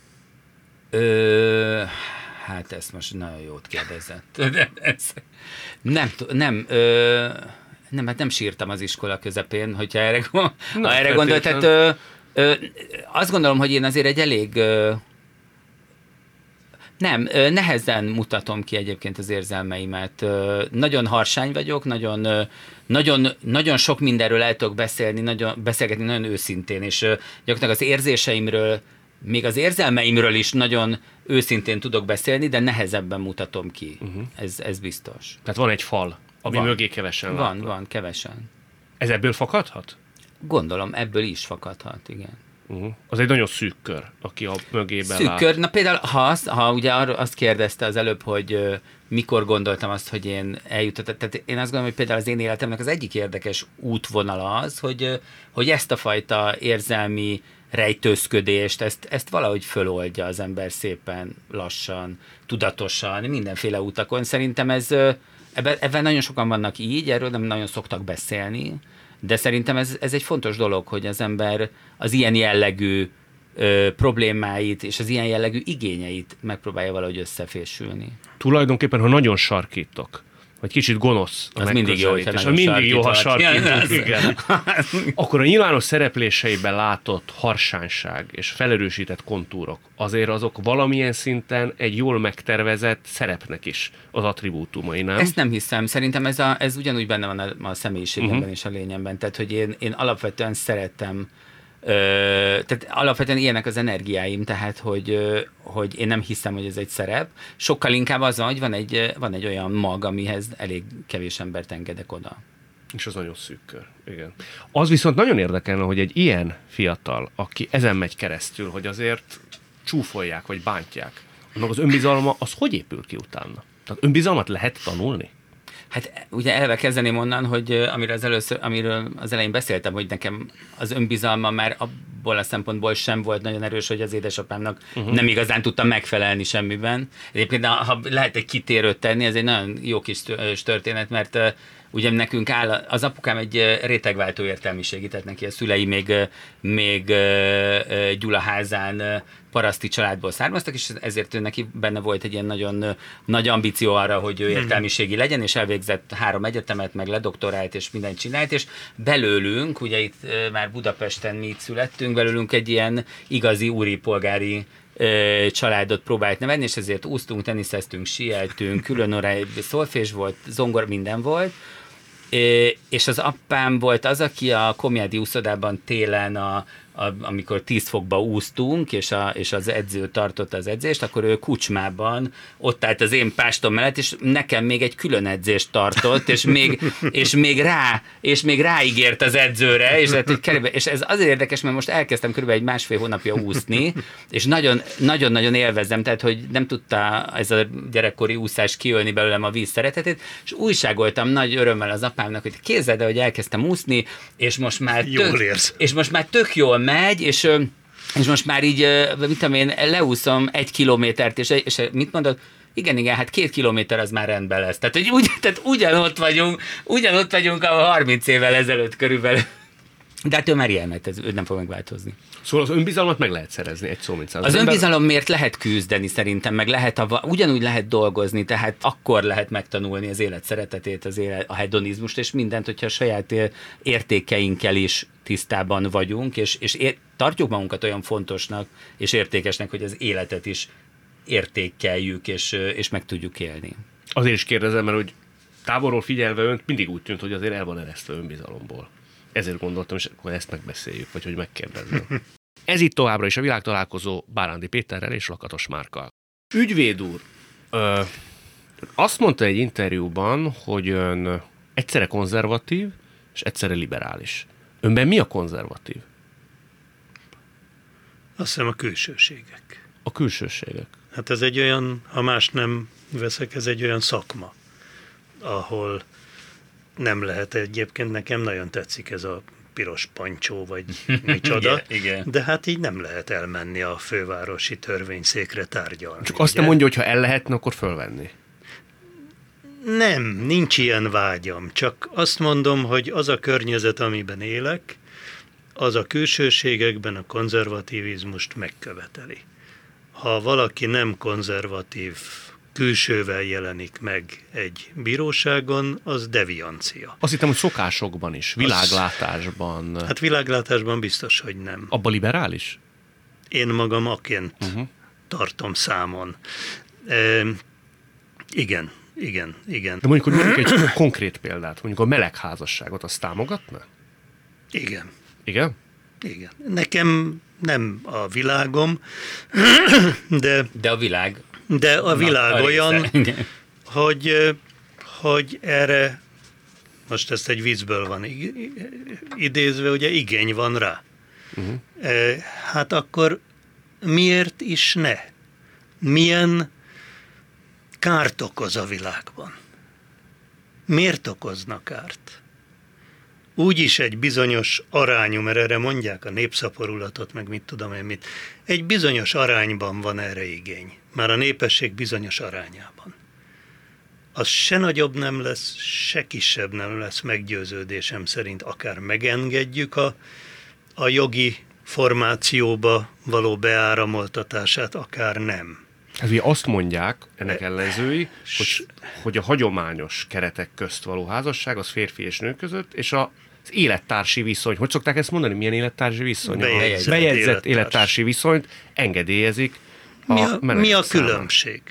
Ö, hát ezt most nagyon jót kérdezett. nem, nem, ö, nem, hát nem sírtam az iskola közepén, hogyha erre, Na, ha erre gondolt. Tehát, ö, ö, azt gondolom, hogy én azért egy elég... Ö, Nem, nehezen mutatom ki egyébként az érzelmeimet. Nagyon harsány vagyok, nagyon, nagyon, nagyon sok mindenről el tudok beszélni, nagyon, beszélgetni nagyon őszintén, és gyakorlatilag az érzéseimről, még az érzelmeimről is nagyon őszintén tudok beszélni, de nehezebben mutatom ki. Uh-huh. Ez, ez biztos. Tehát van egy fal, ami van. Mögé kevesen Van, látnak. van, kevesen. Ez ebből fakadhat? Gondolom, ebből is fakadhat, igen. Uh-huh. Az egy nagyon szűk kör, aki a mögében Szűk lát. kör. Na például, ha, az, ha ugye arra azt kérdezte az előbb, hogy uh, mikor gondoltam azt, hogy én eljutottam. Tehát én azt gondolom, hogy például az én életemnek az egyik érdekes útvonala az, hogy, uh, hogy ezt a fajta érzelmi rejtőzködést, ezt, ezt valahogy föloldja az ember szépen, lassan, tudatosan, mindenféle utakon. Szerintem ez, ebben, ebben nagyon sokan vannak így, erről nem nagyon szoktak beszélni, de szerintem ez, ez egy fontos dolog, hogy az ember az ilyen jellegű ö, problémáit és az ilyen jellegű igényeit megpróbálja valahogy összefésülni. Tulajdonképpen, ha nagyon sarkítok, vagy kicsit gonosz a az mindig jó, hogyha az mindig jó, ha sarkítunk, igen. igen. Akkor a nyilvános szerepléseiben látott harsányság és felerősített kontúrok azért azok valamilyen szinten egy jól megtervezett szerepnek is az attribútumai, nem? Ezt nem hiszem. Szerintem ez, a, ez ugyanúgy benne van a, a személyiségemben uh-huh. és a lényemben. Tehát, hogy én, én alapvetően szeretem, ö, tehát alapvetően ilyenek az energiáim, tehát, hogy, ö, hogy én nem hiszem, hogy ez egy szerep. Sokkal inkább az van, hogy van egy, van egy olyan mag, amihez elég kevés embert engedek oda. És az nagyon szűk kör, igen. Az viszont nagyon érdekelne, hogy egy ilyen fiatal, aki ezen megy keresztül, hogy azért csúfolják, vagy bántják, annak az önbizalma, az hogy épül ki utána? Tehát önbizalmat lehet tanulni? Hát ugye eleve kezdeném onnan, hogy amiről az, először, amiről az elején beszéltem, hogy nekem az önbizalma már abból a szempontból sem volt nagyon erős, hogy az édesapámnak uh-huh. nem igazán tudtam megfelelni semmiben. Egyébként, ha lehet egy kitérőt tenni, ez egy nagyon jó kis történet, mert ugye nekünk áll, az apukám egy rétegváltó értelmiségi, tehát neki a szülei még, még Gyulaházán paraszti családból származtak, és ezért neki benne volt egy ilyen nagyon nagy ambíció arra, hogy ő értelmiségi legyen, és elvégzett három egyetemet, meg ledoktorált, és mindent csinált, és belőlünk, ugye itt már Budapesten mi itt születtünk, belőlünk egy ilyen igazi úri polgári családot próbált nevelni, és ezért úsztunk, teniszeztünk, sieltünk, külön óráj, szolfés volt, zongor, minden volt, és az apám volt az, aki a Komjádi úszodában télen, a, a, amikor tíz fokba úsztunk, és, a, és az edző tartotta az edzést, akkor ő kucsmában ott állt az én pástom mellett, és nekem még egy külön edzést tartott, és még, és még rá, és még ráígért az edzőre, és, és ez azért érdekes, mert most elkezdtem körülbelül egy másfél hónapja úszni, és nagyon, nagyon-nagyon élvezem, tehát, hogy nem tudta ez a gyerekkori úszás kiölni belőlem a víz szeretetét, és újságoltam nagy örömmel az apámnak, hogy képzeld el, hogy elkezdtem úszni, és most már tök, és most már tök jól megy, és, és most már így, mit tudom én, leúszom egy kilométert, és, és mit mondod? Igen, igen, hát két kilométer az már rendben lesz. Tehát, hogy ugy, tehát ugyanott vagyunk, ugyanott vagyunk a harminc évvel ezelőtt körülbelül. De hát ő már ilyen, mert ez, ő nem fog megváltozni. Szóval az önbizalmat meg lehet szerezni, egy szó mint száz. Az önbizalomért lehet küzdeni szerintem, meg lehet a, ugyanúgy lehet dolgozni, tehát akkor lehet megtanulni az élet szeretetét, az élet, a hedonizmust, és mindent, hogyha a saját értékeinkkel is tisztában vagyunk, és, és ér, tartjuk magunkat olyan fontosnak és értékesnek, hogy az életet is értékeljük, és, és meg tudjuk élni. Azért is kérdezem, mert hogy távolról figyelve önt mindig úgy tűnt, hogy azért el van eresztve önbizalomból. Ezért gondoltam, és akkor ezt megbeszéljük, vagy hogy megkérdezzem. Ez itt továbbra is a Világtalálkozó Bárándi Péterrel és Lakatos Márkkal. Ügyvéd úr, ö, azt mondta egy interjúban, hogy ön egyszerre konzervatív, és egyszerre liberális. Önben mi a konzervatív? Azt hiszem a külsőségek. A külsőségek. Hát ez egy olyan, ha más nem veszek, ez egy olyan szakma, ahol nem lehet egyébként, nekem nagyon tetszik ez a piros pancsó, vagy micsoda, igen, igen. De hát így nem lehet elmenni a fővárosi törvényszékre tárgyalni. Csak azt nem mondja, hogy ha el lehetne, akkor fölvenni. Nem, nincs ilyen vágyam, csak azt mondom, hogy az a környezet, amiben élek, az a külsőségekben a konzervativizmust megköveteli. Ha valaki nem konzervatív, külsővel jelenik meg egy bíróságon, az deviancia. Azt hittem, hogy szokásokban is, világlátásban. Az, hát világlátásban biztos, hogy nem. Abba liberális? Én magam aként uh-huh. tartom számon. E, igen, igen, igen. De mondjuk, hogy mondjuk egy konkrét példát, mondjuk a melegházasságot, azt támogatna? Igen. Igen? Igen. Nekem nem a világom, de... De a világ... De a világ Na, olyan, hogy, hogy erre, most ezt egy viccből van idézve, ugye igény van rá. uh-huh. hát akkor miért is ne? Milyen kárt okoz a világban? Miért okozna kárt? Úgyis egy bizonyos arányú, mert erre mondják a népszaporulatot, meg mit tudom én mit, egy bizonyos arányban van erre igény. Már a népesség bizonyos arányában. Az se nagyobb nem lesz, se kisebb nem lesz meggyőződésem szerint, akár megengedjük a, a jogi formációba való beáramoltatását, akár nem. Ez ugye azt mondják ennek ellenzői, hogy, hogy a hagyományos keretek közt való házasság az férfi és nő között, és a az élettársi viszony, hogy szokták ezt mondani, milyen élettársi viszony? Bejegyzett, Bejegyzett élettárs. élettársi viszonyt engedélyezik a Mi a, mi a számára. különbség?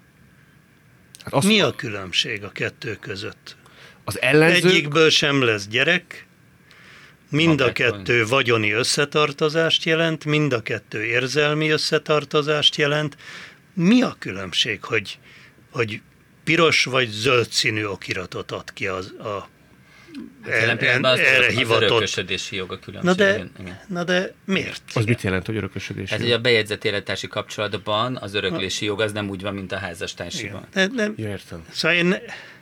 Hát az, Mi a különbség a kettő között? az ellenzők, Egyikből sem lesz gyerek, mind a Van kettő vagyoni összetartozást jelent, mind a kettő érzelmi összetartozást jelent. Mi a különbség, hogy, hogy piros vagy zöld színű okiratot ad ki az, a Jelen pillanatban az, erre az, az hivatott? örökösödési jog a különbség. Na de, igen, igen. na de miért? az mit jelent, hogy örökösödés? Hát, hogy a bejegyzett élettársi kapcsolatban az öröklési jog az nem úgy van, mint a házastársiban. De, de, Ja, értem. szóval én...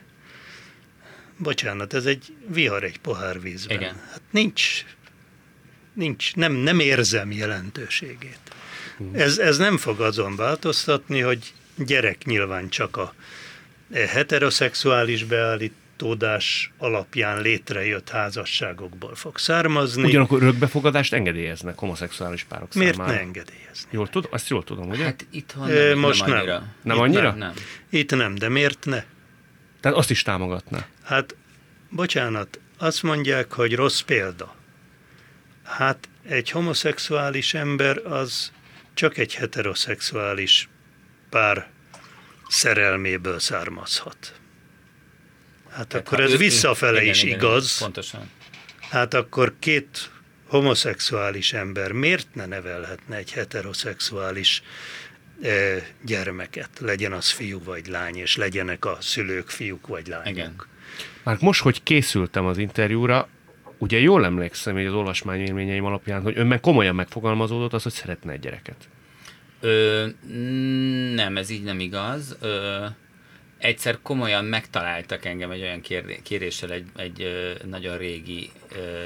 Bocsánat, ez egy vihar egy pohár vízben. Igen. Hát nincs, nincs nem, nem érzem jelentőségét. Ez, ez nem fog azon változtatni, hogy gyerek nyilván csak a heteroszexuális beállítódás alapján létrejött házasságokból fog származni. Ugyanakkor örökbefogadást engedélyeznek homoszexuális párok Miért számára. ne engedélyezni? Jól tudom? Azt jól tudom, ugye? Hát itthon Ö, nem, most nem nem. annyira. Nem Itt annyira? Nem. Itt nem, de miért ne? Tehát azt is támogatná. Hát, bocsánat, azt mondják, hogy rossz példa. Hát egy homoszexuális ember az csak egy heteroszexuális pár szerelméből származhat. Hát Tehát, akkor ha ez ő- visszafele igen, is igen, igaz. Igen, pontosan. Hát akkor két homoszexuális ember miért ne nevelhetne egy heteroszexuális eh, gyermeket? Legyen az fiú vagy lány, és legyenek a szülők fiúk vagy lányok. Igen. Már most, hogy készültem az interjúra, ugye jól emlékszem hogy az olvasmányélményeim alapján, hogy önben komolyan megfogalmazódott az, hogy szeretne egy gyereket. Ö, nem, ez így nem igaz. Ö, egyszer komolyan megtaláltak engem egy olyan kérdé- kéréssel egy, egy ö, nagyon régi ö,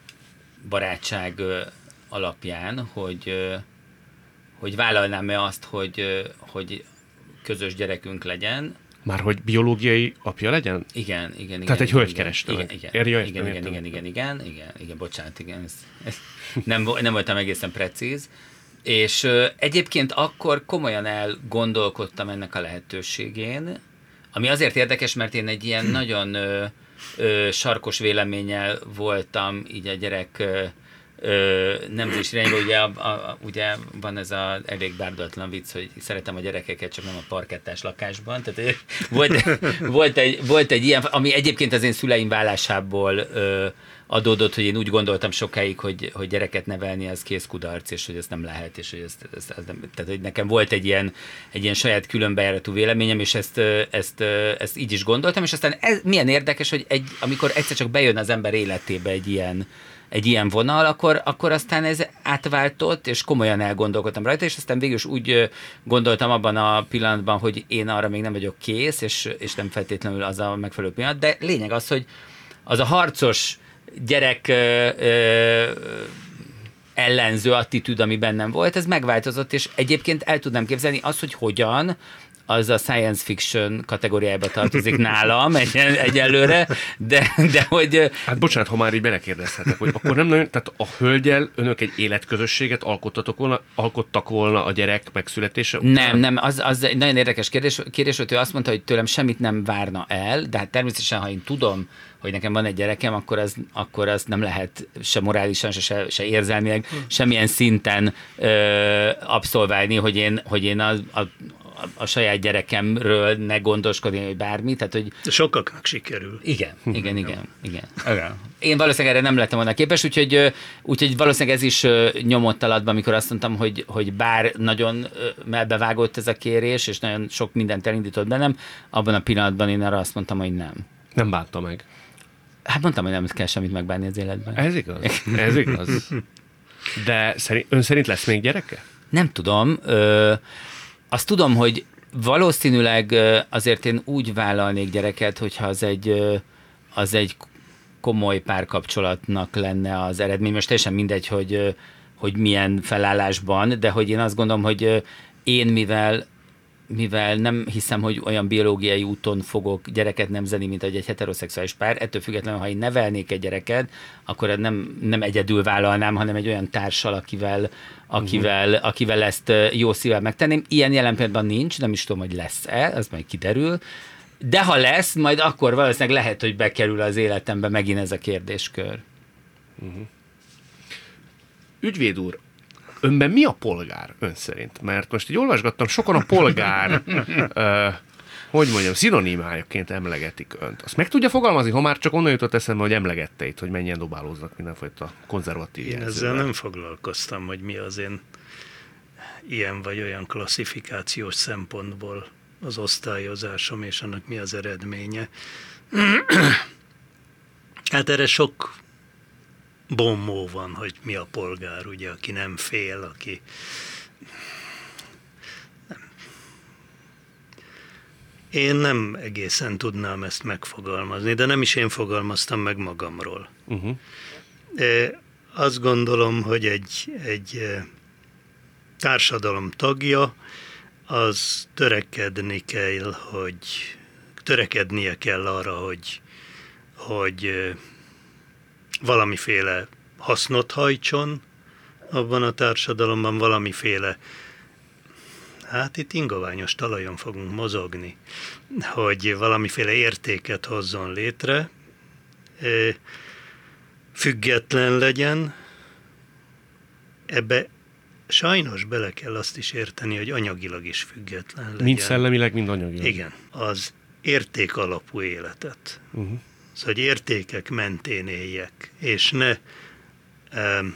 barátság ö, alapján, hogy, ö, hogy vállalnám-e azt, hogy, ö, hogy közös gyerekünk legyen. Már hogy biológiai apja legyen? Igen, igen, igen. Tehát egy igen, hölgy igen, kereste igen, meg. igen, Érje, igen, értem, igen, értem. igen, igen, igen, igen, igen, bocsánat, igen, ez, ez nem, vo- nem voltam egészen precíz. És ö, egyébként akkor komolyan elgondolkodtam ennek a lehetőségén, ami azért érdekes, mert én egy ilyen nagyon ö, ö, sarkos véleménnyel voltam így a gyerek ö, ö, nemzés irányba, ugye, a, a, ugye van ez az elég bárdatlan vicc, hogy szeretem a gyerekeket, csak nem a parkettás lakásban. Tehát volt, volt, egy, volt egy ilyen, ami egyébként az én szüleim vállásából ö, adódott, hogy én úgy gondoltam sokáig, hogy, hogy gyereket nevelni az kész kudarc, és hogy ezt nem lehet, és hogy ezt, ezt, ezt nem, tehát hogy nekem volt egy ilyen, egy ilyen saját különbejáratú véleményem, és ezt, ezt, ezt így is gondoltam, és aztán ez, milyen érdekes, hogy egy, amikor egyszer csak bejön az ember életébe egy ilyen, egy ilyen vonal, akkor, akkor aztán ez átváltott, és komolyan elgondolkodtam rajta, és aztán végül is úgy gondoltam abban a pillanatban, hogy én arra még nem vagyok kész, és, és nem feltétlenül az a megfelelő pillanat, de lényeg az, hogy az a harcos gyerek ö, ö, ellenző attitűd, ami bennem volt, ez megváltozott, és egyébként el tudnám képzelni azt, hogy hogyan, az a science fiction kategóriába tartozik nálam egy, egyelőre, de, de hogy... Hát bocsánat, ha már így belekérdezhetek, hogy akkor nem nagyon, tehát a hölgyel önök egy életközösséget alkottatok volna, alkottak volna a gyerek megszületése után? Nem, nem, az, az egy nagyon érdekes kérdés, kérdés, hogy ő azt mondta, hogy tőlem semmit nem várna el, de hát természetesen, ha én tudom, hogy nekem van egy gyerekem, akkor az, akkor az nem lehet se morálisan, se, se érzelmileg, semmilyen szinten ö, abszolválni, hogy én, hogy én a, a a saját gyerekemről ne gondoskodni, hogy bármi, tehát hogy... Sokaknak sikerül. Igen, igen, igen, igen. igen. Én valószínűleg erre nem lettem volna képes, úgyhogy, úgyhogy valószínűleg ez is nyomott alatba, amikor azt mondtam, hogy, hogy bár nagyon melbevágott ez a kérés, és nagyon sok mindent elindított bennem, abban a pillanatban én arra azt mondtam, hogy nem. Nem bánta meg. Hát mondtam, hogy nem kell semmit megbánni az életben. Ez igaz? Ez igaz? De szerint, ön szerint lesz még gyereke? Nem tudom. Ö, azt tudom, hogy valószínűleg azért én úgy vállalnék gyereket, hogyha az egy, az egy komoly párkapcsolatnak lenne az eredmény. Most teljesen mindegy, hogy, hogy milyen felállásban, de hogy én azt gondolom, hogy én mivel mivel nem hiszem, hogy olyan biológiai úton fogok gyereket nemzeni, mint egy heteroszexuális pár, ettől függetlenül, ha én nevelnék egy gyereket, akkor nem, nem egyedül vállalnám, hanem egy olyan társal, akivel, akivel, uh-huh. akivel ezt jó szívvel megtenném. Ilyen jelen pillanatban nincs, nem is tudom, hogy lesz-e, az majd kiderül. De ha lesz, majd akkor valószínűleg lehet, hogy bekerül az életembe megint ez a kérdéskör. Uh-huh. Ügyvéd úr, önben mi a polgár ön szerint? Mert most így olvasgattam, sokan a polgár, uh, hogy mondjam, szinonimájaként emlegetik önt. Azt meg tudja fogalmazni, ha már csak onnan jutott eszembe, hogy emlegette itt, hogy mennyien dobálóznak mindenfajta konzervatív Én jelzővel. ezzel nem foglalkoztam, hogy mi az én ilyen vagy olyan klasszifikációs szempontból az osztályozásom, és annak mi az eredménye. Hát erre sok bombó van, hogy mi a polgár, ugye, aki nem fél, aki... Nem. Én nem egészen tudnám ezt megfogalmazni, de nem is én fogalmaztam meg magamról. Uh-huh. Azt gondolom, hogy egy, egy társadalom tagja, az törekedni kell, hogy törekednie kell arra, hogy, hogy valamiféle hasznot hajtson abban a társadalomban, valamiféle, hát itt ingoványos talajon fogunk mozogni, hogy valamiféle értéket hozzon létre, független legyen, ebbe sajnos bele kell azt is érteni, hogy anyagilag is független legyen. Mind szellemileg, mind anyagilag. Igen, az érték alapú életet. Uh-huh. Szóval, hogy értékek mentén éljek, és ne um,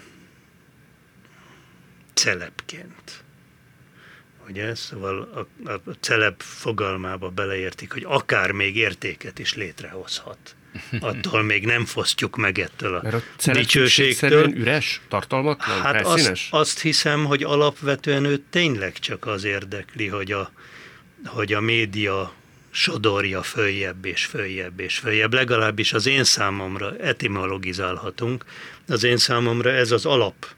celebként. Ugye, szóval a, a celeb fogalmába beleértik, hogy akár még értéket is létrehozhat. Attól még nem fosztjuk meg ettől a, a dicsőségtől. Üres, tartalmatlan, hát felszínes? Azt, azt hiszem, hogy alapvetően őt tényleg csak az érdekli, hogy a, hogy a média sodorja följebb és följebb és följebb. Legalábbis az én számomra, etimologizálhatunk, az én számomra ez az alap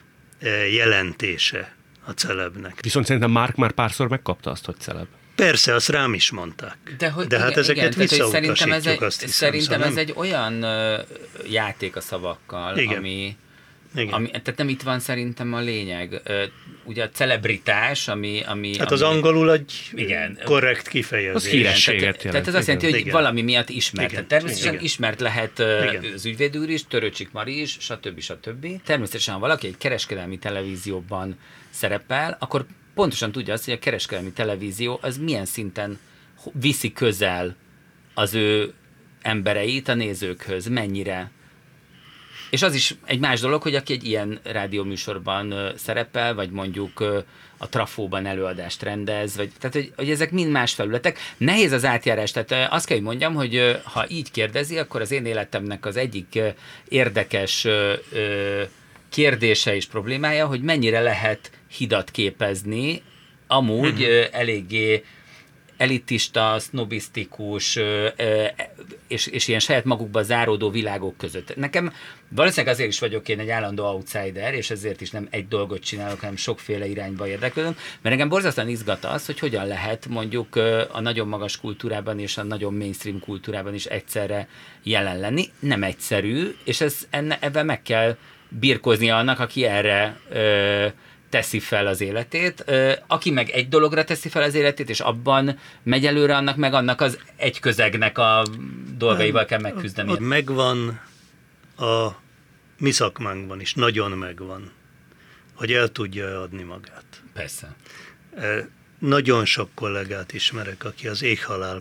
jelentése a celebnek. Viszont szerintem Mark már párszor megkapta azt, hogy celeb. Persze, azt rám is mondták. De, hogy, De hát igen, ezeket igen, visszautasítjuk, szerintem ez egy, azt hiszem. Szerintem szóval ez egy olyan uh, játék a szavakkal, igen. ami... Igen. Ami, tehát nem itt van szerintem a lényeg. Uh, ugye a celebritás, ami... ami hát ami, az angolul egy igen, korrekt kifejezés. Az hírességet tehát, jelent. tehát ez azt jelenti, hogy igen. valami miatt ismert. Igen. Természetesen igen. ismert lehet uh, igen. az ügyvéd úr is, Törőcsik Mari is, stb. stb. Természetesen, ha valaki egy kereskedelmi televízióban szerepel, akkor pontosan tudja azt, hogy a kereskedelmi televízió az milyen szinten viszi közel az ő embereit a nézőkhöz, mennyire. És az is egy más dolog, hogy aki egy ilyen rádióműsorban szerepel, vagy mondjuk a Trafóban előadást rendez, vagy, tehát hogy, hogy ezek mind más felületek. Nehéz az átjárás, tehát azt kell, hogy mondjam, hogy ha így kérdezi, akkor az én életemnek az egyik érdekes kérdése és problémája, hogy mennyire lehet hidat képezni, amúgy uh-huh. eléggé elitista, sznobisztikus és, és ilyen saját magukba záródó világok között. Nekem valószínűleg azért is vagyok én egy állandó outsider, és ezért is nem egy dolgot csinálok, hanem sokféle irányba érdeklődöm, mert engem borzasztóan izgat az, hogy hogyan lehet mondjuk a nagyon magas kultúrában és a nagyon mainstream kultúrában is egyszerre jelen lenni. Nem egyszerű, és ez, enne, ebben meg kell birkóznia annak, aki erre ö, teszi fel az életét. Aki meg egy dologra teszi fel az életét, és abban megy előre, annak meg annak az egy közegnek a dolgaival kell megküzdeni. Megvan a mi szakmánkban is, nagyon megvan, hogy el tudja adni magát. Persze. Nagyon sok kollégát ismerek, aki az éghalál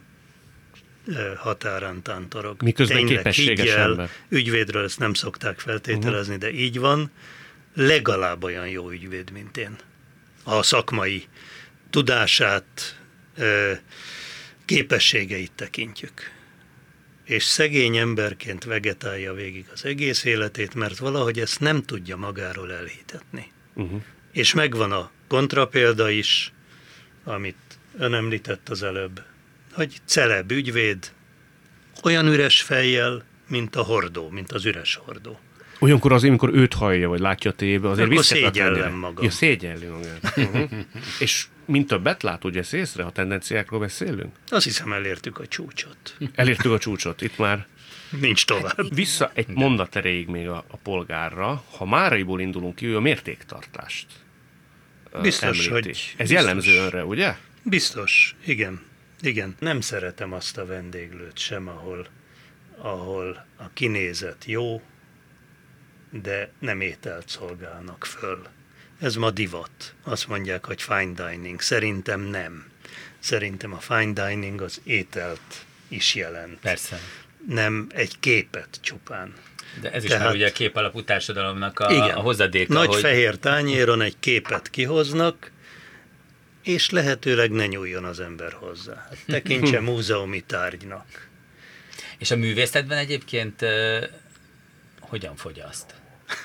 határán tántorog. Miközben Tényleg, képességes higgyel, ember. Ügyvédről ezt nem szokták feltételezni, uh-huh. de így van. Legalább olyan jó ügyvéd, mint én. A szakmai tudását, képességeit tekintjük. és szegény emberként vegetálja végig az egész életét, mert valahogy ezt nem tudja magáról elhitetni. Uh-huh. És megvan a kontrapélda is, amit ön említett az előbb, hogy celeb ügyvéd olyan üres fejjel, mint a hordó, mint az üres hordó. Olyankor azért, amikor őt hallja, vagy látja a tévébe, azért akkor szégyellem magam. Ja, szégyelli magát. Uh-huh. És mint többet lát, ugye ezt észre, ha tendenciákról beszélünk? Azt hiszem, elértük a csúcsot. Elértük a csúcsot, itt már nincs tovább. Vissza egy mondat erejéig még a, a polgárra, ha Máraiból indulunk ki, ő a mértéktartást biztos, említi. hogy... Ez biztos, jellemző önre, ugye? Biztos, igen. Igen. Nem szeretem azt a vendéglőt sem, ahol, ahol a kinézet jó, de nem ételt szolgálnak föl. Ez ma divat. Azt mondják, hogy fine dining. Szerintem nem. Szerintem a fine dining az ételt is jelent. Persze. Nem egy képet csupán. De ez is Tehát, már ugye a képalapú társadalomnak a, igen, a hozadéka. Nagy hogy... fehér tányéron egy képet kihoznak, és lehetőleg ne nyúljon az ember hozzá. Hát tekintse múzeumi tárgynak. És a művészetben egyébként uh, hogyan fogyaszt?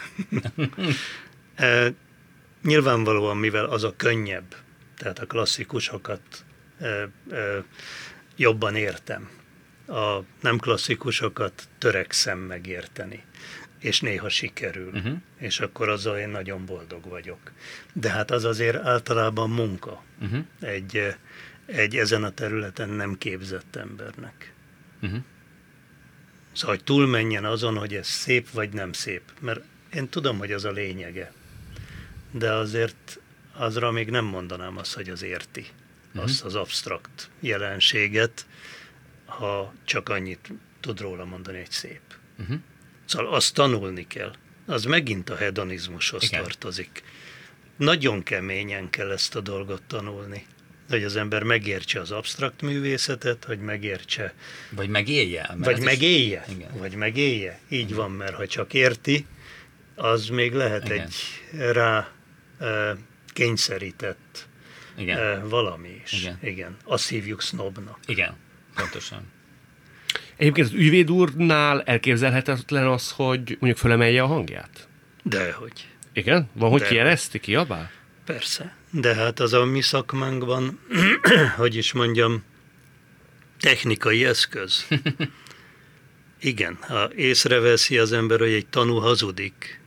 e, nyilvánvalóan, mivel az a könnyebb, tehát a klasszikusokat e, e, jobban értem. A nem klasszikusokat törekszem megérteni, és néha sikerül, uh-huh. és akkor azzal én nagyon boldog vagyok. De hát az azért általában munka uh-huh. egy, egy ezen a területen nem képzett embernek. Uh-huh. Szóval, hogy túlmenjen azon, hogy ez szép vagy nem szép, mert én tudom, hogy az a lényege, de azért azra még nem mondanám azt, hogy az érti uh-huh. azt az absztrakt jelenséget, ha csak annyit tud róla mondani, hogy szép. Uh-huh. Szóval azt tanulni kell. Az megint a hedonizmushoz igen. tartozik. Nagyon keményen kell ezt a dolgot tanulni. Hogy az ember megértse az absztrakt művészetet, hogy megértse... Vagy megélje. Vagy megélje. Is... Vagy megélje. Így igen. van, mert ha csak érti, az még lehet igen. egy rá e, kényszerített igen. E, valami is. Igen. igen. Azt hívjuk sznobnak. Igen. Pontosan. Egyébként az ügyvéd úrnál elképzelhetetlen az, hogy mondjuk fölemelje a hangját? Dehogy. Igen? Van, hogy De kijelezti, kiabál? Persze. De hát az a mi szakmánkban, hogy is mondjam, technikai eszköz. Igen, ha észreveszi az ember, hogy egy tanú hazudik,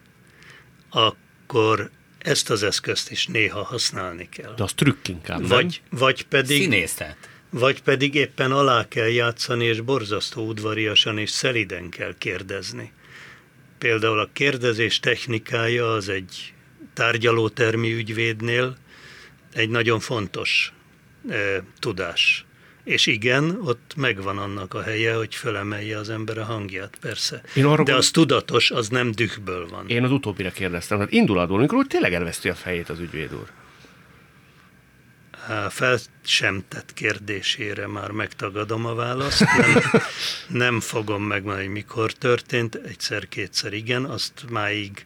akkor ezt az eszközt is néha használni kell. De az trükk inkább, vagy, vagy pedig... Színészet. Vagy pedig éppen alá kell játszani, és borzasztó udvariasan és szeliden kell kérdezni. Például a kérdezés technikája az egy tárgyalótermi ügyvédnél egy nagyon fontos e, tudás. És igen, ott megvan annak a helye, hogy fölemelje az ember a hangját, persze. De az tudatos, az nem dühből van. Én az utóbbira kérdeztem, tehát indulatból, amikor úgy tényleg elveszti a fejét az ügyvéd úr. Fel sem tett kérdésére már megtagadom a választ. Nem, nem fogom megmondani, hogy mikor történt. Egyszer-kétszer igen, azt máig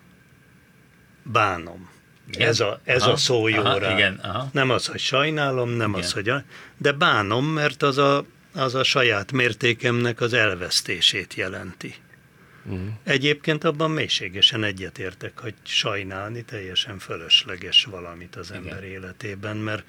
bánom. Igen? Ez a, ez a szó jó aha, rá. Igen, aha. Nem az, hogy sajnálom, nem igen. az, hogy... De bánom, mert az a, az a saját mértékemnek az elvesztését jelenti. Uh-huh. Egyébként abban mélységesen egyetértek, hogy sajnálni teljesen fölösleges valamit az igen. ember életében, mert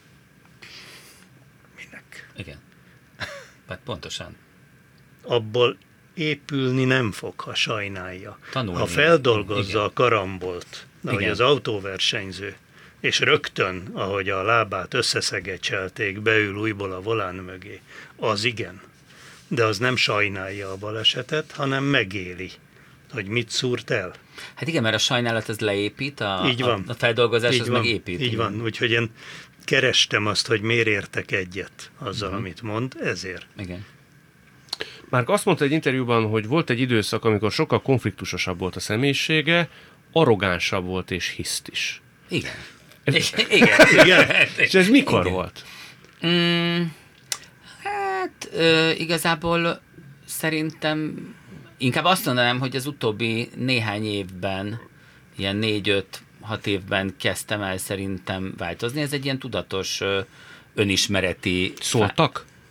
minek? Igen. Hát pontosan. Abból épülni nem fog, ha sajnálja. Tanulni. Ha feldolgozza igen. a karambolt, ahogy igen. az autóversenyző, és rögtön, ahogy a lábát összeszegecselték, beül újból a volán mögé, az igen. De az nem sajnálja a balesetet, hanem megéli, hogy mit szúrt el. Hát igen, mert a sajnálat az leépít, a, így van. a feldolgozás így az van. meg épít. Így igen. van, úgyhogy én kerestem azt, hogy miért értek egyet azzal, uh-huh. amit mond, ezért. Igen. Márk azt mondta egy interjúban, hogy volt egy időszak, amikor sokkal konfliktusosabb volt a személyisége, arrogánsabb volt és hiszt is. Igen. Ez... igen. igen. És ez mikor igen. volt? Mm, hát ö, igazából szerintem inkább azt mondanám, hogy az utóbbi néhány évben, ilyen négy-öt-hat évben kezdtem el szerintem változni. Ez egy ilyen tudatos ö, önismereti... Szóltak?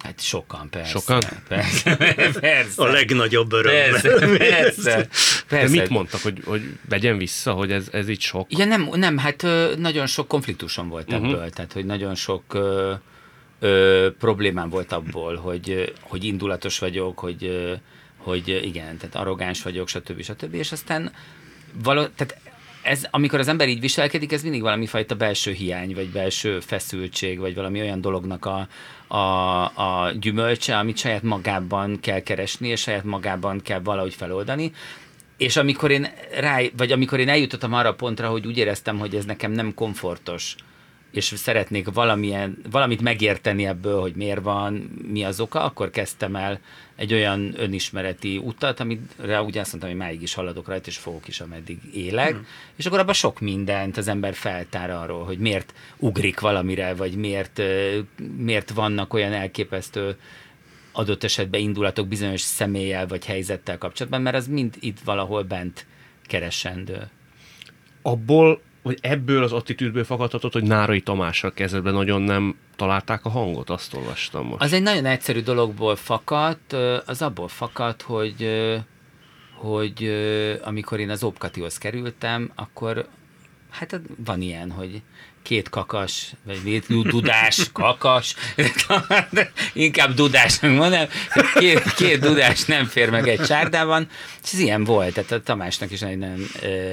Hát sokan, persze. Sokan? Persze, persze. A legnagyobb öröm. Persze, persze, persze. De mit mondtak, hogy, hogy vegyen vissza, hogy ez, ez így sok? Ja, nem, nem, hát ö, nagyon sok konfliktusom volt ebből, Uh-huh. tehát hogy nagyon sok ö, ö, problémám volt abból, hogy, hogy indulatos vagyok, hogy, ö, hogy igen, tehát arrogáns vagyok, stb. stb. És aztán való, tehát ez, amikor az ember így viselkedik, ez mindig valami fajta belső hiány, vagy belső feszültség, vagy valami olyan dolognak a, a, a gyümölcse, amit saját magában kell keresni, és saját magában kell valahogy feloldani. És amikor én rá, vagy amikor én eljutottam arra a pontra, hogy úgy éreztem, hogy ez nekem nem komfortos, és szeretnék valamilyen, valamit megérteni ebből, hogy miért van, mi az oka, akkor kezdtem el egy olyan önismereti utat, amire úgy azt mondtam, hogy máig is haladok rajta, és fogok is, ameddig élek. Hmm. És akkor abban sok mindent az ember feltár arról, hogy miért ugrik valamire, vagy miért, miért vannak olyan elképesztő adott esetben indulatok bizonyos személlyel vagy helyzettel kapcsolatban, mert az mind itt valahol bent keresendő. Abból, hogy ebből az attitűdből fakadhatott, hogy Nárai Tamással kezdetben nagyon nem találták a hangot, azt olvastam most. Az egy nagyon egyszerű dologból fakadt, az abból fakadt, hogy, hogy amikor én az Ópkatihoz kerültem, akkor hát van ilyen, hogy két kakas, vagy dudás, kakas, inkább dudásnak mondom, két, két dudás nem fér meg egy csárdában, és ez ilyen volt, tehát a Tamásnak is egy nagyon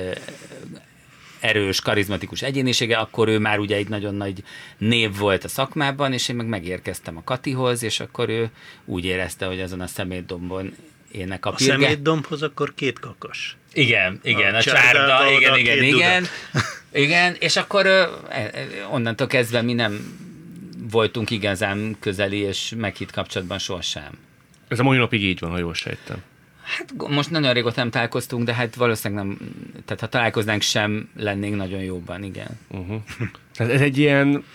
erős, karizmatikus egyénisége, akkor ő már ugye egy nagyon nagy név volt a szakmában, és én meg megérkeztem a Katihoz, és akkor ő úgy érezte, hogy azon a szemétdombon ének a A pirge. szemétdombhoz akkor két kakas. Igen, igen, a, A csárda, csárda, igen, oda igen, két igen. Igen, és akkor ö, onnantól kezdve mi nem voltunk igazán közeli és meghitt kapcsolatban sohasem. Ez a mai napig így van, ha jól sejtem. Hát most nagyon régóta nem találkoztunk, de hát valószínűleg nem, tehát ha találkoznánk sem, lennénk nagyon jóban, igen. Uh-huh. Tehát ez egy ilyen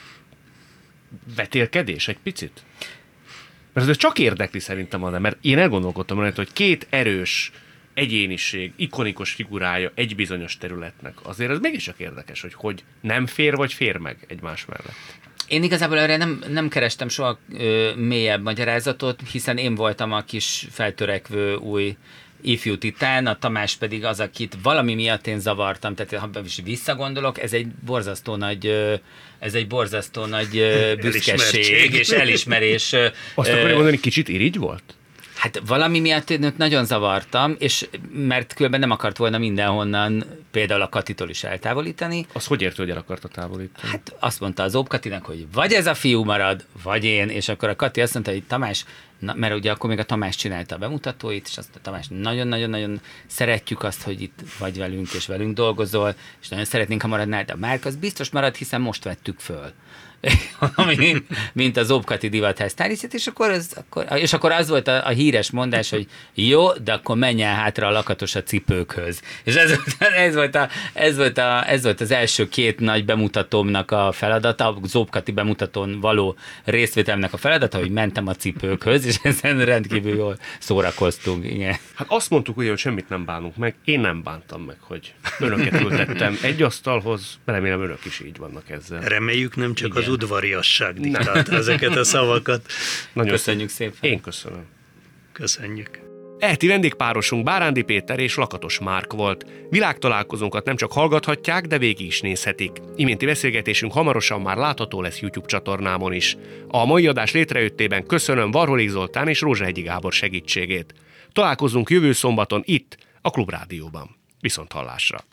vetélkedés egy picit? Mert ez csak érdekli szerintem, hanem, mert én elgondolkodtam rajta, hogy két erős egyéniség, ikonikus figurája egy bizonyos területnek. Azért ez mégiscsak érdekes, hogy hogy nem fér vagy fér meg egymás mellett. Én igazából erre nem, nem kerestem soha ö, mélyebb magyarázatot, hiszen én voltam a kis feltörekvő új ifjú titán, a Tamás pedig az, akit valami miatt én zavartam, tehát ha is visszagondolok, ez egy borzasztó nagy, ö, ez egy borzasztó nagy ö, büszkeség és elismerés. Ö, Azt akarja mondani, kicsit irigy volt? Hát valami miatt én őt nagyon zavartam, és mert különben nem akart volna mindenhonnan például a Katitól is eltávolítani. Az hogy értő, hogy el akarta távolítani? Hát azt mondta az Ópkatinak, hogy vagy ez a fiú marad, vagy én, és akkor a Kati azt mondta, hogy Tamás, na, mert ugye akkor még a Tamás csinálta a bemutatóit, és azt a Tamás, nagyon-nagyon-nagyon szeretjük azt, hogy itt vagy velünk, és velünk dolgozol, és nagyon szeretnénk, ha maradnál, de a Márk az biztos marad, hiszen most vettük föl. mint az Ópkati divatház tárgyát, és akkor, az, akkor, és akkor az volt a, a híres mondás, hogy jó, de akkor menjen hátra a lakatos a cipőkhöz. És ez volt, ez volt, a, ez volt, a, ez volt az első két nagy bemutatómnak a feladata, az Ópkati bemutatón való részvételmnek a feladata, hogy mentem a cipőkhöz, és ezen rendkívül jól szórakoztunk. Igen. Hát azt mondtuk ugye, hogy semmit nem bánunk meg. Én nem bántam meg, hogy önöket ültettem egy asztalhoz. Remélem önök is így vannak ezzel. Reméljük nem csak Igen. az udvariasság diktálta ezeket a szavakat. Nagyon Köszönjük szépen. Én köszönöm. Köszönjük. Eheti vendégpárosunk Bárándi Péter és Lakatos Márk volt. Világtalálkozónkat nem csak hallgathatják, de végig is nézhetik. Iménti beszélgetésünk hamarosan már látható lesz YouTube csatornámon is. A mai adás létrejöttében köszönöm Varholik Zoltán és Rózsahegyi Gábor segítségét. Találkozunk jövő szombaton itt, a Klubrádióban. Viszont hallásra!